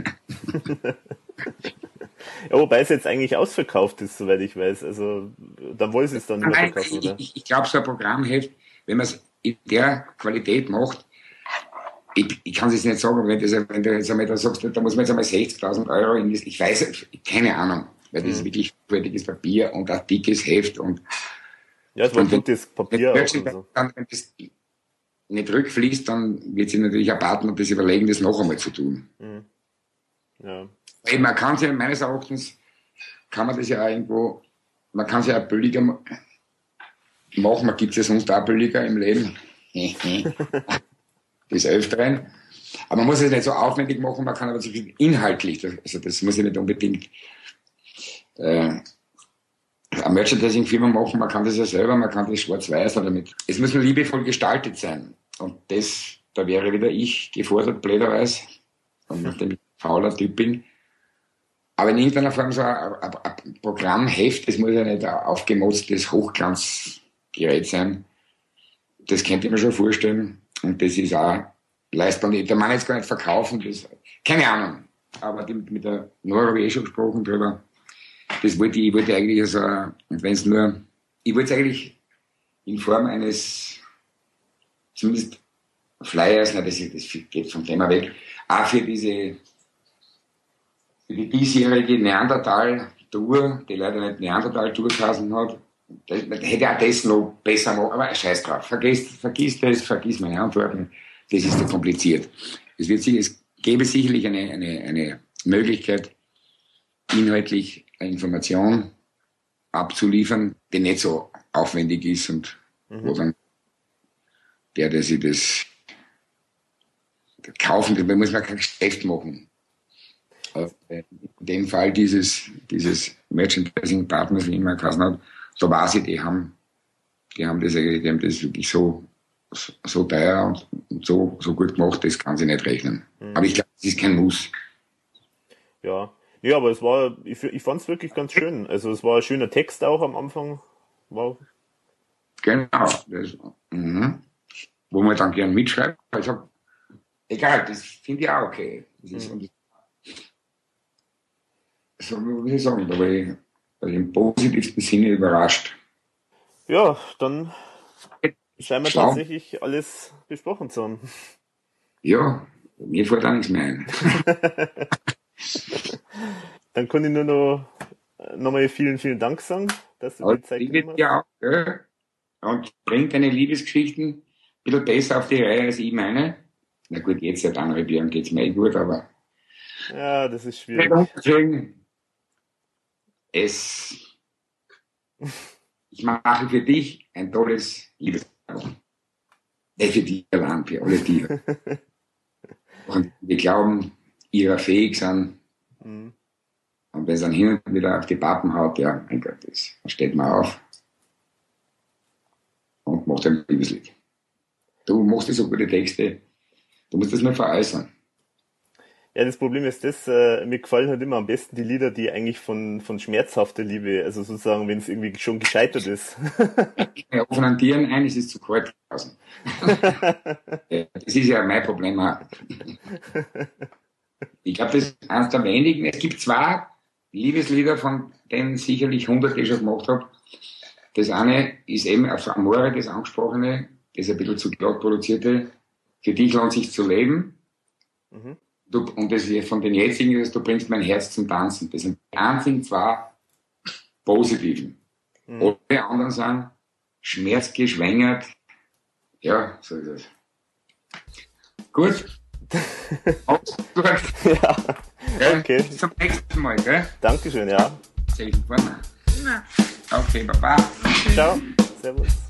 Ja, wobei es jetzt eigentlich ausverkauft ist, soweit ich weiß. Also, dann wollen sie es dann nicht mehr verkaufen, oder? Ich glaube, so ein Programmheft, wenn man es in der Qualität macht, ich kann es jetzt nicht sagen, aber wenn du jetzt einmal da sagst, da muss man jetzt einmal 60.000 Euro investieren, ich weiß, keine Ahnung, weil das ist wirklich hochwertiges Papier und ein dickes Heft und ja, es war gutes Papier auch. So. Wenn das nicht rückfließt, dann wird sich natürlich ein Partner das überlegen, das noch einmal zu tun. Mhm. Ja. Weil man kann es ja, meines Erachtens, kann man das ja auch irgendwo, man kann es ja auch billiger machen, man gibt es ja sonst auch billiger im Leben. Des Öfteren. Aber man muss es nicht so aufwendig machen, man kann aber so viel inhaltlich, also das muss ja nicht unbedingt eine Merchandising-Firma machen, man kann das ja selber, man kann das schwarz-weiß damit. Es muss nur liebevoll gestaltet sein. Und da wäre wieder ich gefordert, blöderweise, und nachdem ich fauler Typ bin. Aber in irgendeiner Form so ein Programmheft, das muss ja nicht ein aufgemotztes Hochglanzgerät sein. Das könnte ich mir schon vorstellen. Und das ist auch leistbar. Der Mann jetzt gar nicht verkaufen, keine Ahnung. Aber mit der Nora habe ich schon gesprochen drüber. Ich wollte eigentlich so, und wenn es nur, ich wollte es eigentlich in Form eines, zumindest Flyers, das geht vom Thema weg, auch für die diesjährige Neandertal-Tour, die leider nicht Neandertal-Tour geheißen hat, das hätte auch das noch besser machen, aber scheiß drauf. Vergiss meine Antworten, das ist zu kompliziert. Es gäbe sicherlich eine Möglichkeit, inhaltlich eine Information abzuliefern, die nicht so aufwendig ist und wo dann der sich das kaufen, da muss man kein Geschäft machen. In dem Fall dieses Merchandising-Partners, wie immer geheißen hat, da weiß ich, die haben das wirklich so teuer und so gut gemacht, das kann sich nicht rechnen. Aber ich glaube, es ist kein Muss. Ja, aber ich fand es wirklich ganz schön. Also es war ein schöner Text auch am Anfang. Wow. Genau. Wo man dann gern mitschreibt. Also, egal, das finde ich auch okay. Das ist, so muss ich sagen, da war ich im positivsten Sinne überrascht. Ja, dann scheinen wir tatsächlich alles besprochen zu haben. Ja, mir fällt auch nichts mehr ein. Dann kann ich nur noch mal vielen, vielen Dank sagen, dass du die Zeit genommen hast. Ja, gell? Und bringt deine Liebesgeschichten ein bisschen besser auf die Reihe als ich meine. Na gut, jetzt seit anderthalb Jahren geht's mir gut, aber ja, das ist schwierig. Ich mache für dich ein tolles Liebesalbum. Nicht für dich allein, für alle Tiere. Und wir glauben, ihrer fähig sind. Und wenn es dann hin und wieder auf die Pappen haut, ja, mein Gott, das steht man auf und macht ein Liebeslied. Du machst so gute Texte, du musst das nur veräußern. Ja, das Problem ist mir gefallen halt immer am besten die Lieder, die eigentlich von schmerzhafter Liebe, also sozusagen, wenn es irgendwie schon gescheitert ist. Ja, von den Tieren ein, es ist zu kalt draußen. Das ist ja mein Problem auch. Ich glaube, das ist eines der wenigen. Es gibt 2 Liebeslieder, von denen sicherlich 100 die ich schon gemacht habe. Das eine ist eben auf Amore, das angesprochene, das ein bisschen zu glatt produzierte. Für dich lohnt sich zu leben. Mhm. Und das ist von den jetzigen ist, du bringst mein Herz zum Tanzen. Das sind die einzigen 2 positiven. Alle anderen sind schmerzgeschwängert. Ja, so ist es. Gut. Ja, okay. Bis zum nächsten Mal, gell? Dankeschön, ja. Ja. Okay, Baba. Ciao. Servus.